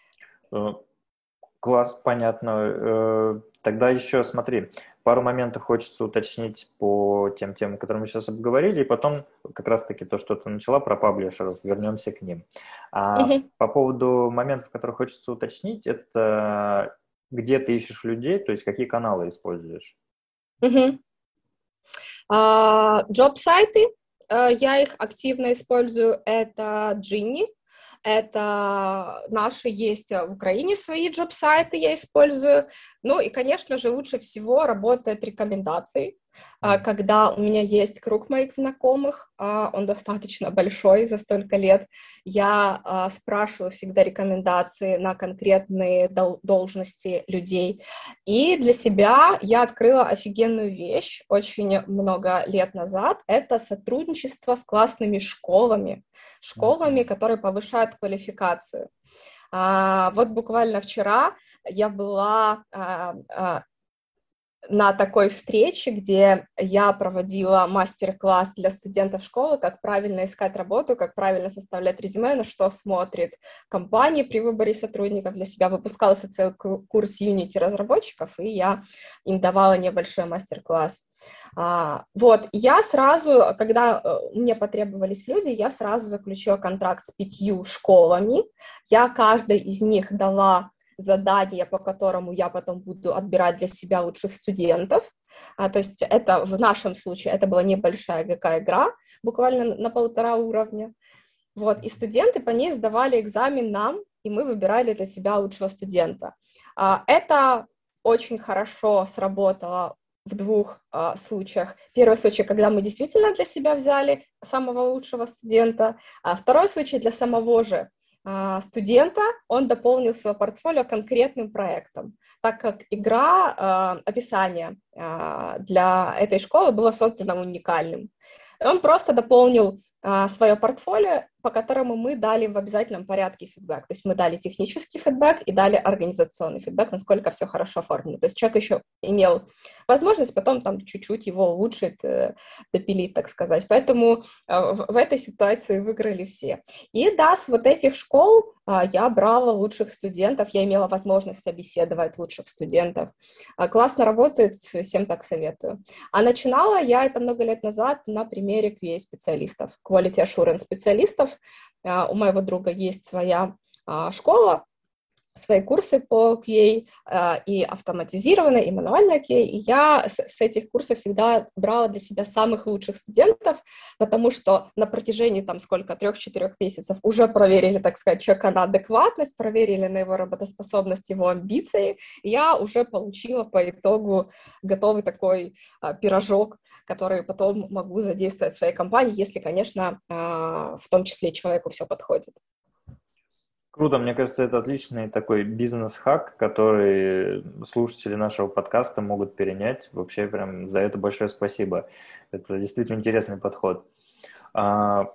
Класс, понятно. Тогда еще смотри, пару моментов хочется уточнить по тем темам, которые мы сейчас обговорили, и потом как раз-таки то, что ты начала про паблишеров, вернемся к ним. По поводу моментов, которые хочется уточнить, это где ты ищешь людей, то есть какие каналы используешь? Джоб-сайты, я их активно использую, это Джинни, это наши есть в Украине свои джоб-сайты, я использую, ну и, конечно же, лучше всего работают рекомендации, когда у меня есть круг моих знакомых, он достаточно большой за столько лет, я спрашиваю всегда рекомендации на конкретные должности людей, и для себя я открыла офигенную вещь очень много лет назад, это сотрудничество с классными школами, которые повышают квалификацию. Вот буквально вчера я была на такой встрече, где я проводила мастер-класс для студентов школы, как правильно искать работу, как правильно составлять резюме, на что смотрит компания при выборе сотрудников для себя. Выпускался целый курс Unity разработчиков, и я им давала небольшой мастер-класс. Вот, я сразу, когда мне потребовались люди, я сразу заключила контракт с 5 школами, я каждой из них дала задание, по которому я потом буду отбирать для себя лучших студентов. То есть это в нашем случае это была небольшая ГК-игра, буквально на 1,5 уровня. Вот, и студенты по ней сдавали экзамен нам, и мы выбирали для себя лучшего студента. Это очень хорошо сработало в 2 случаях. Первый случай, когда мы действительно для себя взяли самого лучшего студента, а второй случай для самого же студента, он дополнил свое портфолио конкретным проектом. так как игра, описание для этой школы было создано уникальным. И он просто дополнил свое портфолио, по которому мы дали в обязательном порядке фидбэк. То есть мы дали технический фидбэк и дали организационный фидбэк, насколько все хорошо оформлено. То есть человек еще имел возможность потом там чуть-чуть его улучшить, допилить, так сказать. Поэтому в этой ситуации выиграли все. И да, с вот этих школ я брала лучших студентов, я имела возможность собеседовать лучших студентов. Классно работает, всем так советую. А начинала я это много лет назад на примере QA-специалистов, Quality Assurance специалистов. У моего друга есть своя школа, свои курсы по QA, и автоматизированная, и мануальная QA, и я с этих курсов всегда брала для себя самых лучших студентов, потому что на протяжении, там, сколько, 3-4 месяцев уже проверили, так сказать, человека на адекватность, проверили на его работоспособность, его амбиции, и я уже получила по итогу готовый такой пирожок, который потом могу задействовать в своей компании, если, конечно, в том числе человеку все подходит. Круто, мне кажется, это отличный такой бизнес-хак, который слушатели нашего подкаста могут перенять. Вообще, прям за это большое спасибо. Это действительно интересный подход. По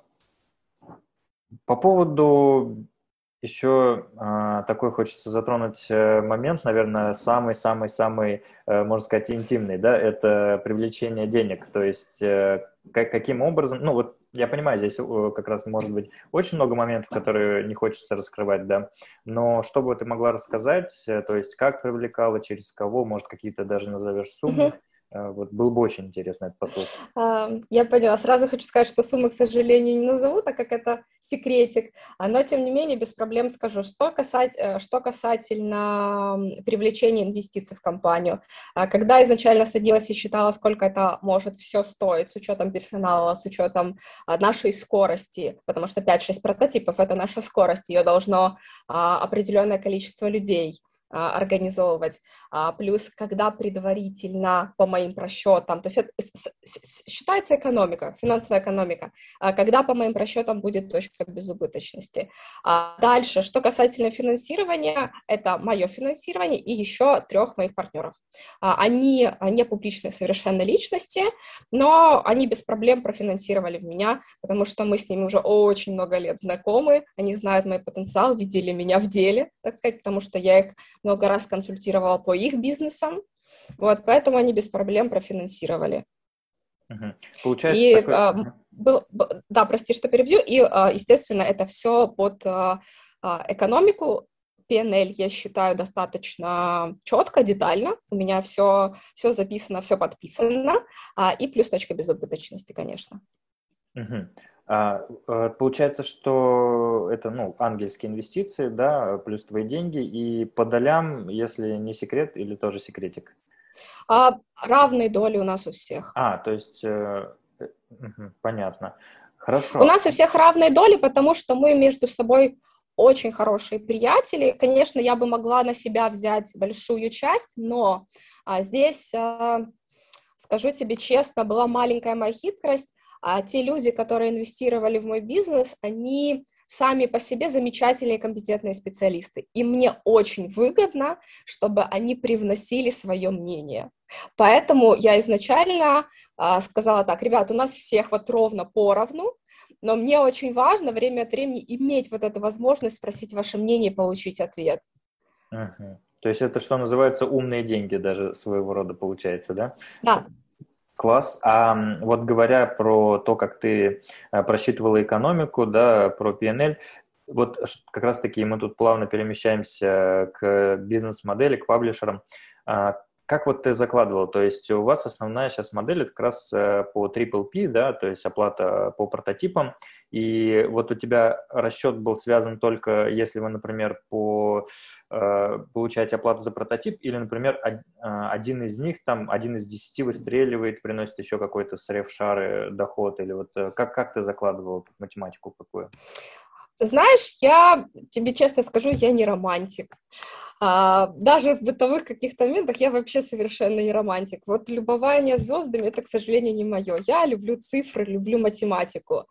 поводу еще такой хочется затронуть момент, наверное, самый-самый-самый, можно сказать, интимный, да, это привлечение денег. То есть каким образом, ну вот я понимаю, здесь как раз может быть очень много моментов, которые не хочется раскрывать, да, но что бы ты могла рассказать, то есть как привлекала, через кого, может, какие-то даже назовешь суммы, вот было бы очень интересно это послушать. Я поняла. Сразу хочу сказать, что суммы, к сожалению, не назову, так как это секретик, но, тем не менее, без проблем скажу. Что касательно привлечения инвестиций в компанию. Когда изначально садилась и считала, сколько это может все стоить, с учетом персонала, с учетом нашей скорости, потому что 5-6 прототипов — это наша скорость, ее должно определенное количество людей организовывать, плюс когда предварительно по моим просчетам, то есть это считается экономика, финансовая экономика, когда по моим просчетам будет точка безубыточности. Дальше, что касательно финансирования, это мое финансирование и еще 3 моих партнеров. Они не публичные совершенно личности, но они без проблем профинансировали в меня, потому что мы с ними уже очень много лет знакомы, они знают мой потенциал, видели меня в деле, так сказать, потому что я их много раз консультировала по их бизнесам, вот, поэтому они без проблем профинансировали. Получается и, такой... да, прости, что перебью, и, естественно, это все под экономику. P&L я считаю достаточно четко, детально, у меня все записано, все подписано, и плюс точка безубыточности, конечно. Получается, что это, ну, ангельские инвестиции, да, плюс твои деньги, и по долям, если не секрет, или тоже секретик? Равные доли у нас у всех. То есть, понятно. Хорошо. У нас у всех равные доли, потому что мы между собой очень хорошие приятели. Конечно, я бы могла на себя взять большую часть, но здесь, скажу тебе честно, была маленькая моя хитрость. Те люди, которые инвестировали в мой бизнес, они сами по себе замечательные и компетентные специалисты. И мне очень выгодно, чтобы они привносили свое мнение. Поэтому я изначально сказала так: ребят, у нас всех вот ровно поровну, но мне очень важно время от времени иметь вот эту возможность спросить ваше мнение и получить ответ. То есть это, что называется, умные деньги даже своего рода получается, да? Да. Класс. А вот говоря про то, как ты просчитывала экономику, да, про P&L, вот как раз-таки мы тут плавно перемещаемся к бизнес-модели, к паблишерам. Как вот ты закладывал? То есть у вас основная сейчас модель — это как раз по Triple P, да, то есть оплата по прототипам, и вот у тебя расчет был связан только, если вы, например, получаете оплату за прототип, или, например, один из них, там, 1 из 10 выстреливает, приносит еще какой-то с реф-шары доход, или вот как ты закладывал математику какую? Ты знаешь, я тебе честно скажу, я не романтик. Даже в бытовых каких-то моментах я вообще совершенно не романтик. Вот любование звездами — это, к сожалению, не мое. Я люблю цифры, люблю математику.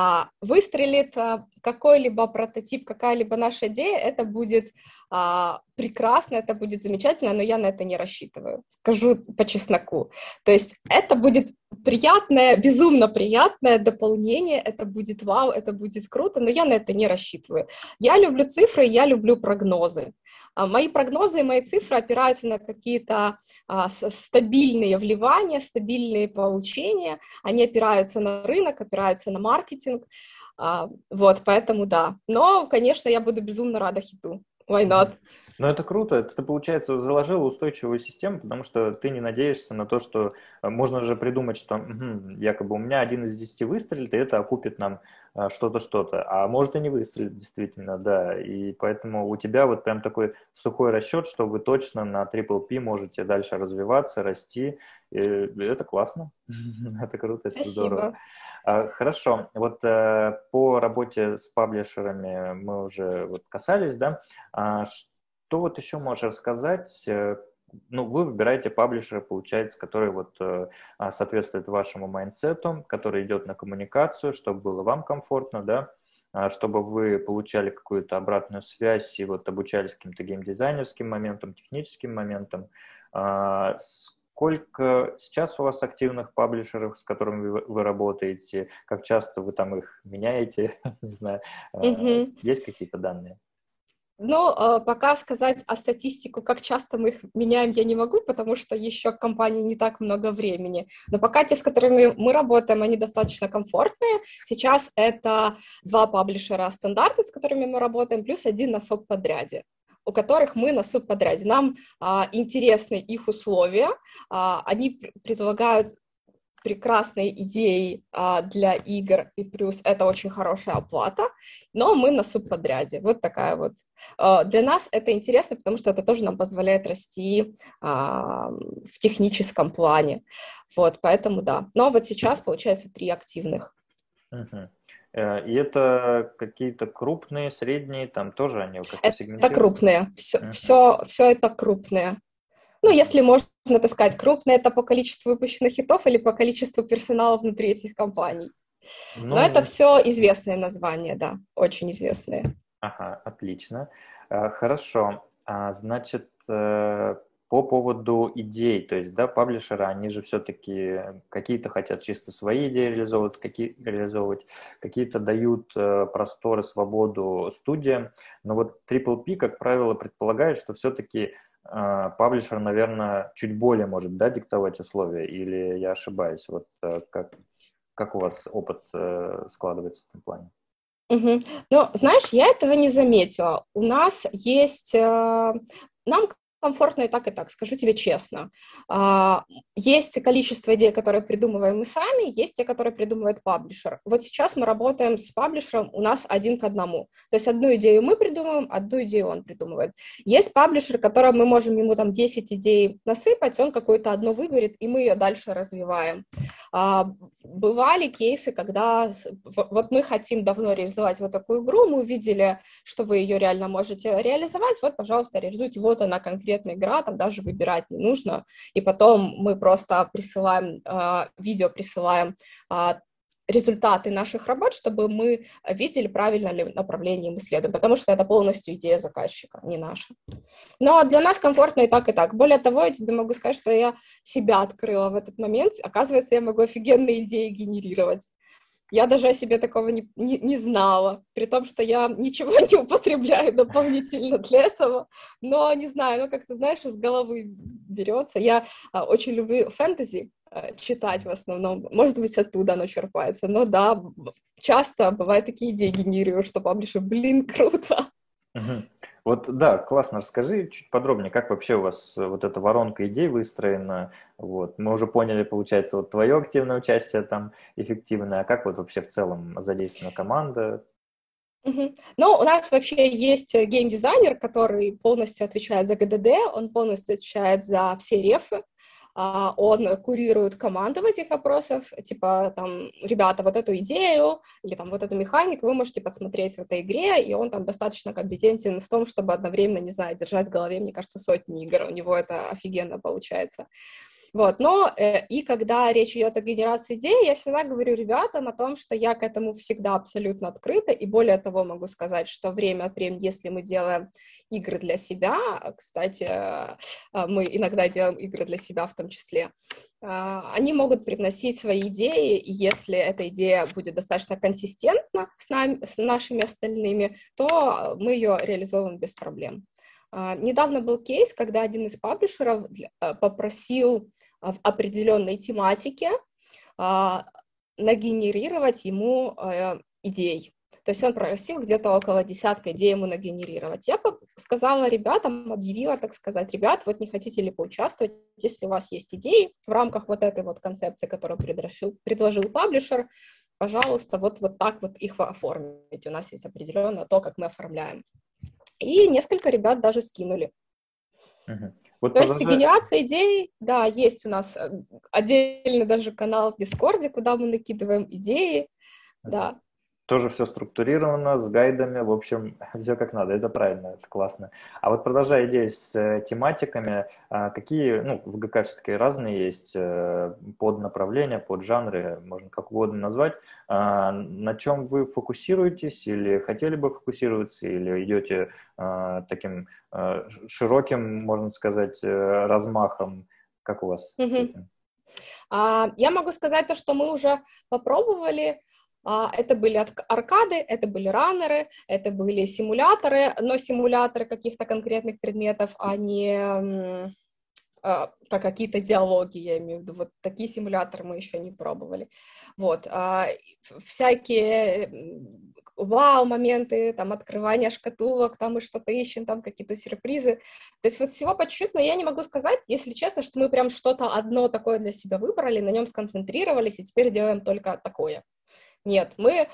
Выстрелит какой-либо прототип, какая-либо наша идея, это будет прекрасно, это будет замечательно, но я на это не рассчитываю, скажу по чесноку. То есть это будет приятное, безумно приятное дополнение, это будет вау, это будет круто, но я на это не рассчитываю. Я люблю цифры, я люблю прогнозы. Мои прогнозы и мои цифры опираются на какие-то стабильные вливания, стабильные получения, они опираются на рынок, опираются на маркетинг, вот, поэтому да. Но, конечно, я буду безумно рада хиту. Why not? Ну, это круто. Ты, получается, заложил устойчивую систему, потому что ты не надеешься на то, что можно же придумать, что якобы у меня 1 из 10 выстрелит, и это окупит нам что-то. А может и не выстрелит, действительно, да. И поэтому у тебя вот прям такой сухой расчет, что вы точно на Triple P можете дальше развиваться, расти. И это классно. Это круто, это здорово. Хорошо. Вот по работе с паблишерами мы уже вот касались, да. Что вот еще можешь рассказать? Ну, вы выбираете паблишера, получается, который вот соответствует вашему майндсету, который идет на коммуникацию, чтобы было вам комфортно, да, чтобы вы получали какую-то обратную связь и вот обучались каким-то геймдизайнерским моментам, техническим моментам. Сколько сейчас у вас активных паблишеров, с которыми вы работаете? Как часто вы там их меняете? Не знаю. Есть какие-то данные? Ну, пока сказать о статистику, как часто мы их меняем, я не могу, потому что еще в компании не так много времени. Но пока те, с которыми мы работаем, они достаточно комфортные. Сейчас это 2 паблишера стандартных, с которыми мы работаем, плюс 1 на субподряде, у которых мы на субподряде. Нам интересны их условия, они предлагают прекрасные идеи для игр, и плюс это очень хорошая оплата, но мы на субподряде. Вот такая вот. Для нас это интересно, потому что это тоже нам позволяет расти в техническом плане. Вот, поэтому да. Но вот сейчас, получается, 3 активных. И это какие-то крупные, средние, там тоже они как-то сегментируют? Это крупные. Все это крупные. Ну, если можно так сказать, крупные это по количеству выпущенных хитов или по количеству персонала внутри этих компаний. Но это все известные названия, да, очень известные. Ага, отлично. Хорошо. Значит, по поводу идей, то есть, да, паблишеры, они же все-таки какие-то хотят чисто свои идеи реализовывать, какие-то дают простор и свободу студиям, но вот Triple P, как правило, предполагает, что все-таки паблишер, наверное, чуть более может, да, диктовать условия, или я ошибаюсь? Вот как у вас опыт складывается в этом плане? Ну, знаешь, я этого не заметила. У нас есть... Нам комфортно и так, скажу тебе честно. Есть количество идей, которые придумываем мы сами, есть те, которые придумывает паблишер. Вот сейчас мы работаем с паблишером, у нас 1 к 1. То есть одну идею мы придумываем, одну идею он придумывает. Есть паблишер, которому мы можем ему там 10 идей насыпать, он какую-то одну выберет, и мы ее дальше развиваем. Бывали кейсы, когда вот мы хотим давно реализовать вот такую игру, мы увидели, что вы ее реально можете реализовать, вот, пожалуйста, реализуйте, вот она конкретная игра, там даже выбирать не нужно, и потом мы просто присылаем видео, присылаем результаты наших работ, чтобы мы видели, правильно ли направление мы следуем, потому что это полностью идея заказчика, не наша. Но для нас комфортно и так, и так. Более того, я тебе могу сказать, что я себя открыла в этот момент. Оказывается, я могу офигенные идеи генерировать. Я даже о себе такого не знала, при том, что я ничего не употребляю дополнительно для этого, но не знаю, ну как ты знаешь, из головы берется. Я очень люблю фэнтези читать в основном, может быть, оттуда оно черпается, но да, часто бывают такие идеи генерирую, что паблишер, блин, круто. Вот, да, классно. Расскажи чуть подробнее, как вообще у вас вот эта воронка идей выстроена. Вот. Мы уже поняли, получается, вот твое активное участие там эффективное, а как вот вообще в целом задействована команда? Ну, у нас вообще есть геймдизайнер, который полностью отвечает за ГДД, он полностью отвечает за все рефы, он курирует команду в этих вопросах, типа, там, ребята, вот эту идею или там вот эту механику вы можете подсмотреть в этой игре, и он там достаточно компетентен в том, чтобы одновременно, не знаю, держать в голове, мне кажется, сотни игр, у него это офигенно получается. Вот, но и когда речь идет о генерации идей, я всегда говорю ребятам о том, что я к этому всегда абсолютно открыта, и более того могу сказать, что время от времени, если мы делаем игры для себя, кстати, мы иногда делаем игры для себя в том числе, они могут привносить свои идеи, и если эта идея будет достаточно консистентна с нашими остальными, то мы ее реализовываем без проблем. Недавно был кейс, когда один из паблишеров попросил в определенной тематике нагенерировать ему идей. То есть он просил где-то около 10 идей ему нагенерировать. Я сказала ребятам, объявила, так сказать, ребят, вот не хотите ли поучаствовать, если у вас есть идеи в рамках вот этой вот концепции, которую предложил паблишер, пожалуйста, вот так вот их оформить. У нас есть определенно то, как мы оформляем. И несколько ребят даже скинули. Вот то есть генерация идей, да, есть у нас отдельный даже канал в Дискорде, куда мы накидываем идеи, да. Тоже все структурировано, с гайдами, в общем, все как надо, это правильно, это классно. А вот продолжая идею с тематиками, какие, ну, в ГК все-таки разные есть поднаправления, поджанры, можно как угодно назвать. На чем вы фокусируетесь или хотели бы фокусироваться, или идете таким широким, можно сказать, размахом? Как у вас с этим? Я могу сказать то, что мы уже попробовали. Это были аркады, это были раннеры, это были симуляторы, но симуляторы каких-то конкретных предметов, а не как какие-то диалоги, я имею в виду. Вот такие симуляторы мы еще не пробовали. Вот. Всякие вау-моменты, там, открывание шкатулок, там мы что-то ищем, там какие-то сюрпризы. То есть вот всего по чуть-чуть, но я не могу сказать, если честно, что мы прям что-то одно такое для себя выбрали, на нем сконцентрировались, и теперь делаем только такое. Нет,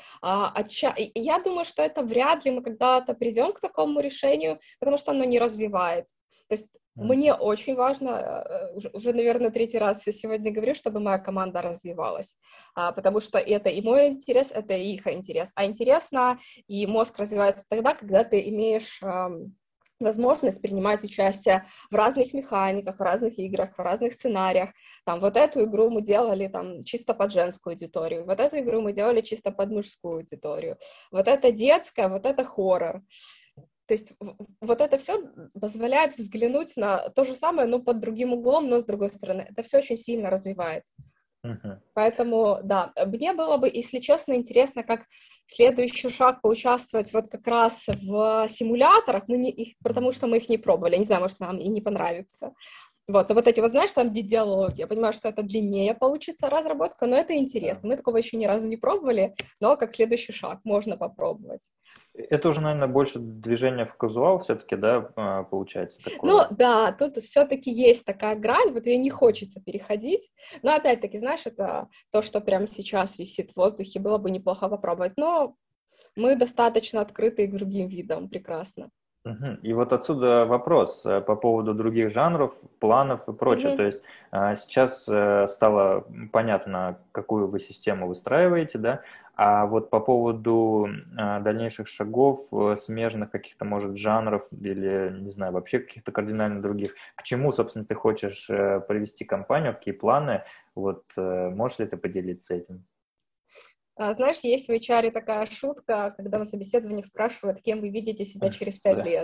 я думаю, что это вряд ли мы когда-то придем к такому решению, потому что оно не развивает. То есть мне очень важно, уже, наверное, 3-й раз я сегодня говорю, чтобы моя команда развивалась, потому что это и мой интерес, это и их интерес. А интересно, и мозг развивается тогда, когда ты имеешь возможность принимать участие в разных механиках, в разных играх, в разных сценариях. Там, вот эту игру мы делали там чисто под женскую аудиторию, вот эту игру мы делали чисто под мужскую аудиторию, вот это детская, вот это хоррор. То есть вот это все позволяет взглянуть на то же самое, но под другим углом, но с другой стороны. Это все очень сильно развивает. Поэтому, да, мне было бы, если честно, интересно, как следующий шаг поучаствовать вот как раз в симуляторах, потому что мы их не пробовали, я не знаю, может, нам и не понравится. Вот, но вот эти, вот знаешь, там диалоги, я понимаю, что это длиннее получится разработка, но это интересно. Мы такого еще ни разу не пробовали, но как следующий шаг можно попробовать. Это уже, наверное, больше движение в казуал все-таки, да, получается такое? Ну, да, тут все-таки есть такая грань, вот ее не хочется переходить, но опять-таки, знаешь, это то, что прямо сейчас висит в воздухе, было бы неплохо попробовать, но мы достаточно открыты и к другим видам, прекрасно. И вот отсюда вопрос по поводу других жанров, планов и прочее. То есть сейчас стало понятно, какую вы систему выстраиваете, да, а вот по поводу дальнейших шагов, смежных каких-то, может, жанров или, не знаю, вообще каких-то кардинально других, к чему, собственно, ты хочешь привести компанию, какие планы, вот можешь ли ты поделиться этим? Знаешь, есть в HR такая шутка, когда на собеседованиях спрашивают, кем вы видите себя через 5 лет.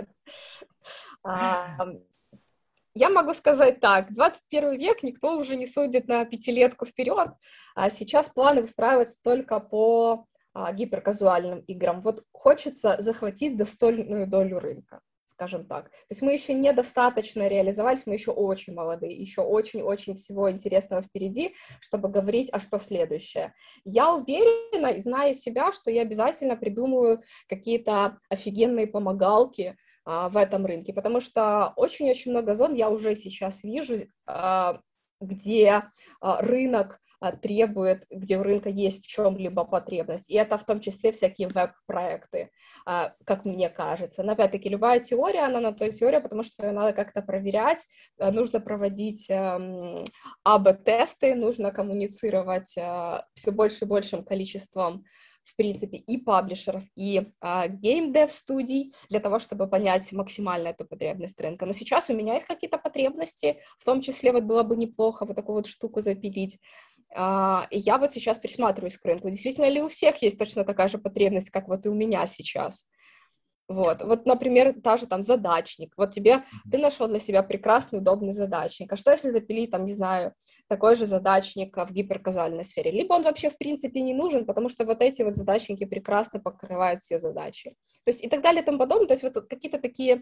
Я могу сказать так, 21 век никто уже не судит на 5-летку вперед, а сейчас планы выстраиваются только по гиперказуальным играм. Вот хочется захватить достойную долю рынка, скажем так. То есть мы еще недостаточно реализовались, мы еще очень молодые, еще очень-очень всего интересного впереди, чтобы говорить, а что следующее. Я уверена, и зная себя, что я обязательно придумаю какие-то офигенные помогалки в этом рынке, потому что очень-очень много зон я уже сейчас вижу, где рынок требует, где у рынка есть в чем-либо потребность. И это в том числе всякие веб-проекты, как мне кажется. Но опять-таки любая теория, она на то теория, потому что ее надо как-то проверять, нужно проводить АБ-тесты, нужно коммуницировать все больше и большим количеством в принципе, и паблишеров, и гейм-дев-студий для того, чтобы понять максимально эту потребность рынка. Но сейчас у меня есть какие-то потребности, в том числе вот было бы неплохо вот такую вот штуку запилить. И я вот сейчас присматриваюсь к рынку. Действительно ли у всех есть точно такая же потребность, как вот и у меня сейчас? Вот, например, та же там задачник. Вот ты нашел для себя прекрасный, удобный задачник. А что если запилить, там, не знаю, такой же задачник в гиперказуальной сфере? Либо он вообще, в принципе, не нужен, потому что вот эти вот задачники прекрасно покрывают все задачи. То есть и так далее и тому подобное. То есть вот какие-то такие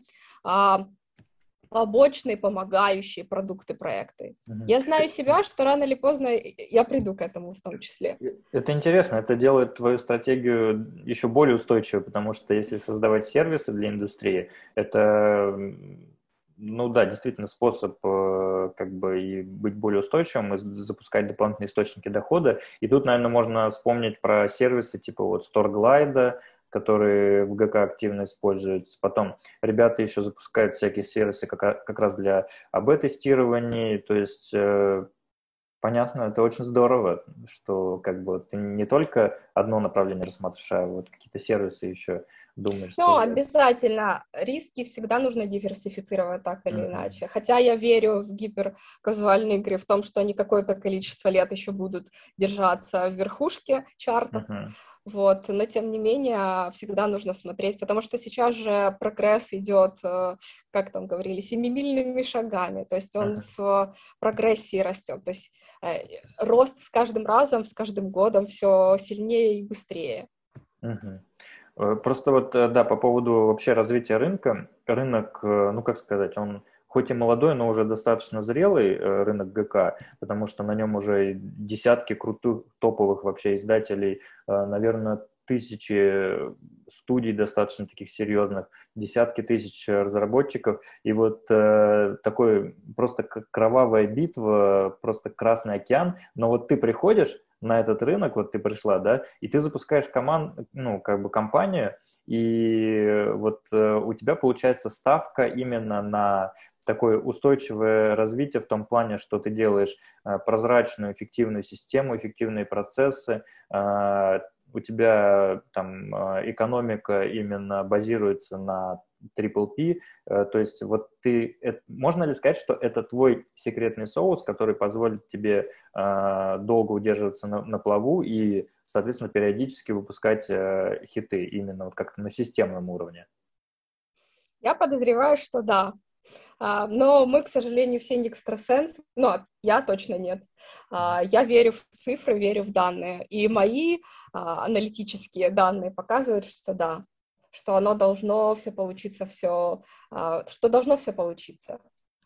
побочные, помогающие продукты, проекты. Я знаю себя, что рано или поздно я приду к этому в том числе. Это интересно, это делает твою стратегию еще более устойчивой, потому что если создавать сервисы для индустрии, это, ну да, действительно способ как бы и быть более устойчивым, и запускать дополнительные источники дохода. И тут, наверное, можно вспомнить про сервисы типа вот StoreGlide, которые в ГК активно используются. Потом ребята еще запускают всякие сервисы как раз для АБ-тестирований, то есть понятно, это очень здорово, что как бы ты не только одно направление рассматриваешь, а вот какие-то сервисы еще думаешь Но создать. обязательно риски всегда нужно диверсифицировать так или иначе. Хотя я верю в гиперказуальные игры, в том, что они какое-то количество лет еще будут держаться в верхушке чартов. Вот, но тем не менее всегда нужно смотреть, потому что сейчас же прогресс идет, как там говорили, семимильными шагами, то есть он в прогрессии растет, то есть рост с каждым разом, с каждым годом все сильнее и быстрее. Просто вот, да, по поводу вообще развития рынка, рынок, ну, как сказать, он хоть и молодой, но уже достаточно зрелый рынок ГК, потому что на нем уже десятки крутых топовых вообще издателей, наверное, тысячи студий достаточно таких серьезных, десятки тысяч разработчиков, и вот такой просто кровавая битва, просто Красный океан, но вот ты приходишь на этот рынок, вот ты пришла, да, и ты запускаешь ну, как бы компанию, и вот у тебя получается ставка именно на такое устойчивое развитие в том плане, что ты делаешь прозрачную, эффективную систему, эффективные процессы, у тебя там экономика именно базируется на Triple P, то есть вот можно ли сказать, что это твой секретный соус, который позволит тебе долго удерживаться на плаву и, соответственно, периодически выпускать хиты именно вот как-то на системном уровне? Я подозреваю, что да. Но мы, к сожалению, все не экстрасенсы, но я точно нет. Я верю в цифры, верю в данные, и мои аналитические данные показывают, что да, что оно должно все получиться, что должно все получиться.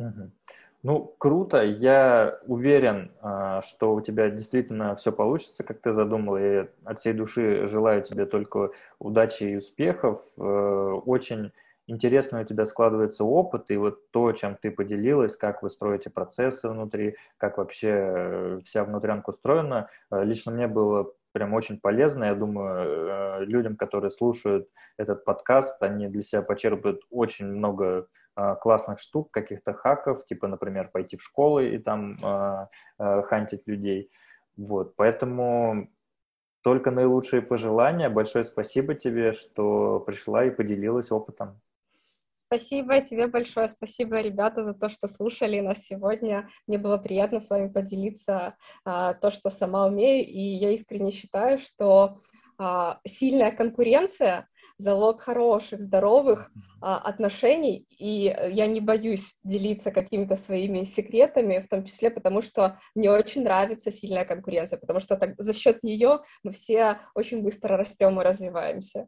Ну, круто. Я уверен, что у тебя действительно все получится, как ты задумал. И от всей души желаю тебе только удачи и успехов. Очень интересно у тебя складывается опыт, и вот то, чем ты поделилась, как вы строите процессы внутри, как вообще вся внутрянка устроена, лично мне было прям очень полезно. Я думаю, людям, которые слушают этот подкаст, они для себя почерпают очень много классных штук, каких-то хаков, типа, например, пойти в школы и там хантить людей. Вот, поэтому только наилучшие пожелания. Большое спасибо тебе, что пришла и поделилась опытом. Спасибо тебе большое, спасибо, ребята, за то, что слушали нас сегодня. Мне было приятно с вами поделиться то, что сама умею, и я искренне считаю, что сильная конкуренция — залог хороших, здоровых отношений, и я не боюсь делиться какими-то своими секретами, в том числе потому, что мне очень нравится сильная конкуренция, потому что за счет нее мы все очень быстро растем и развиваемся.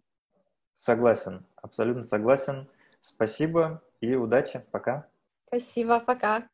Согласен, абсолютно согласен. Спасибо и удачи. Пока. Спасибо, пока.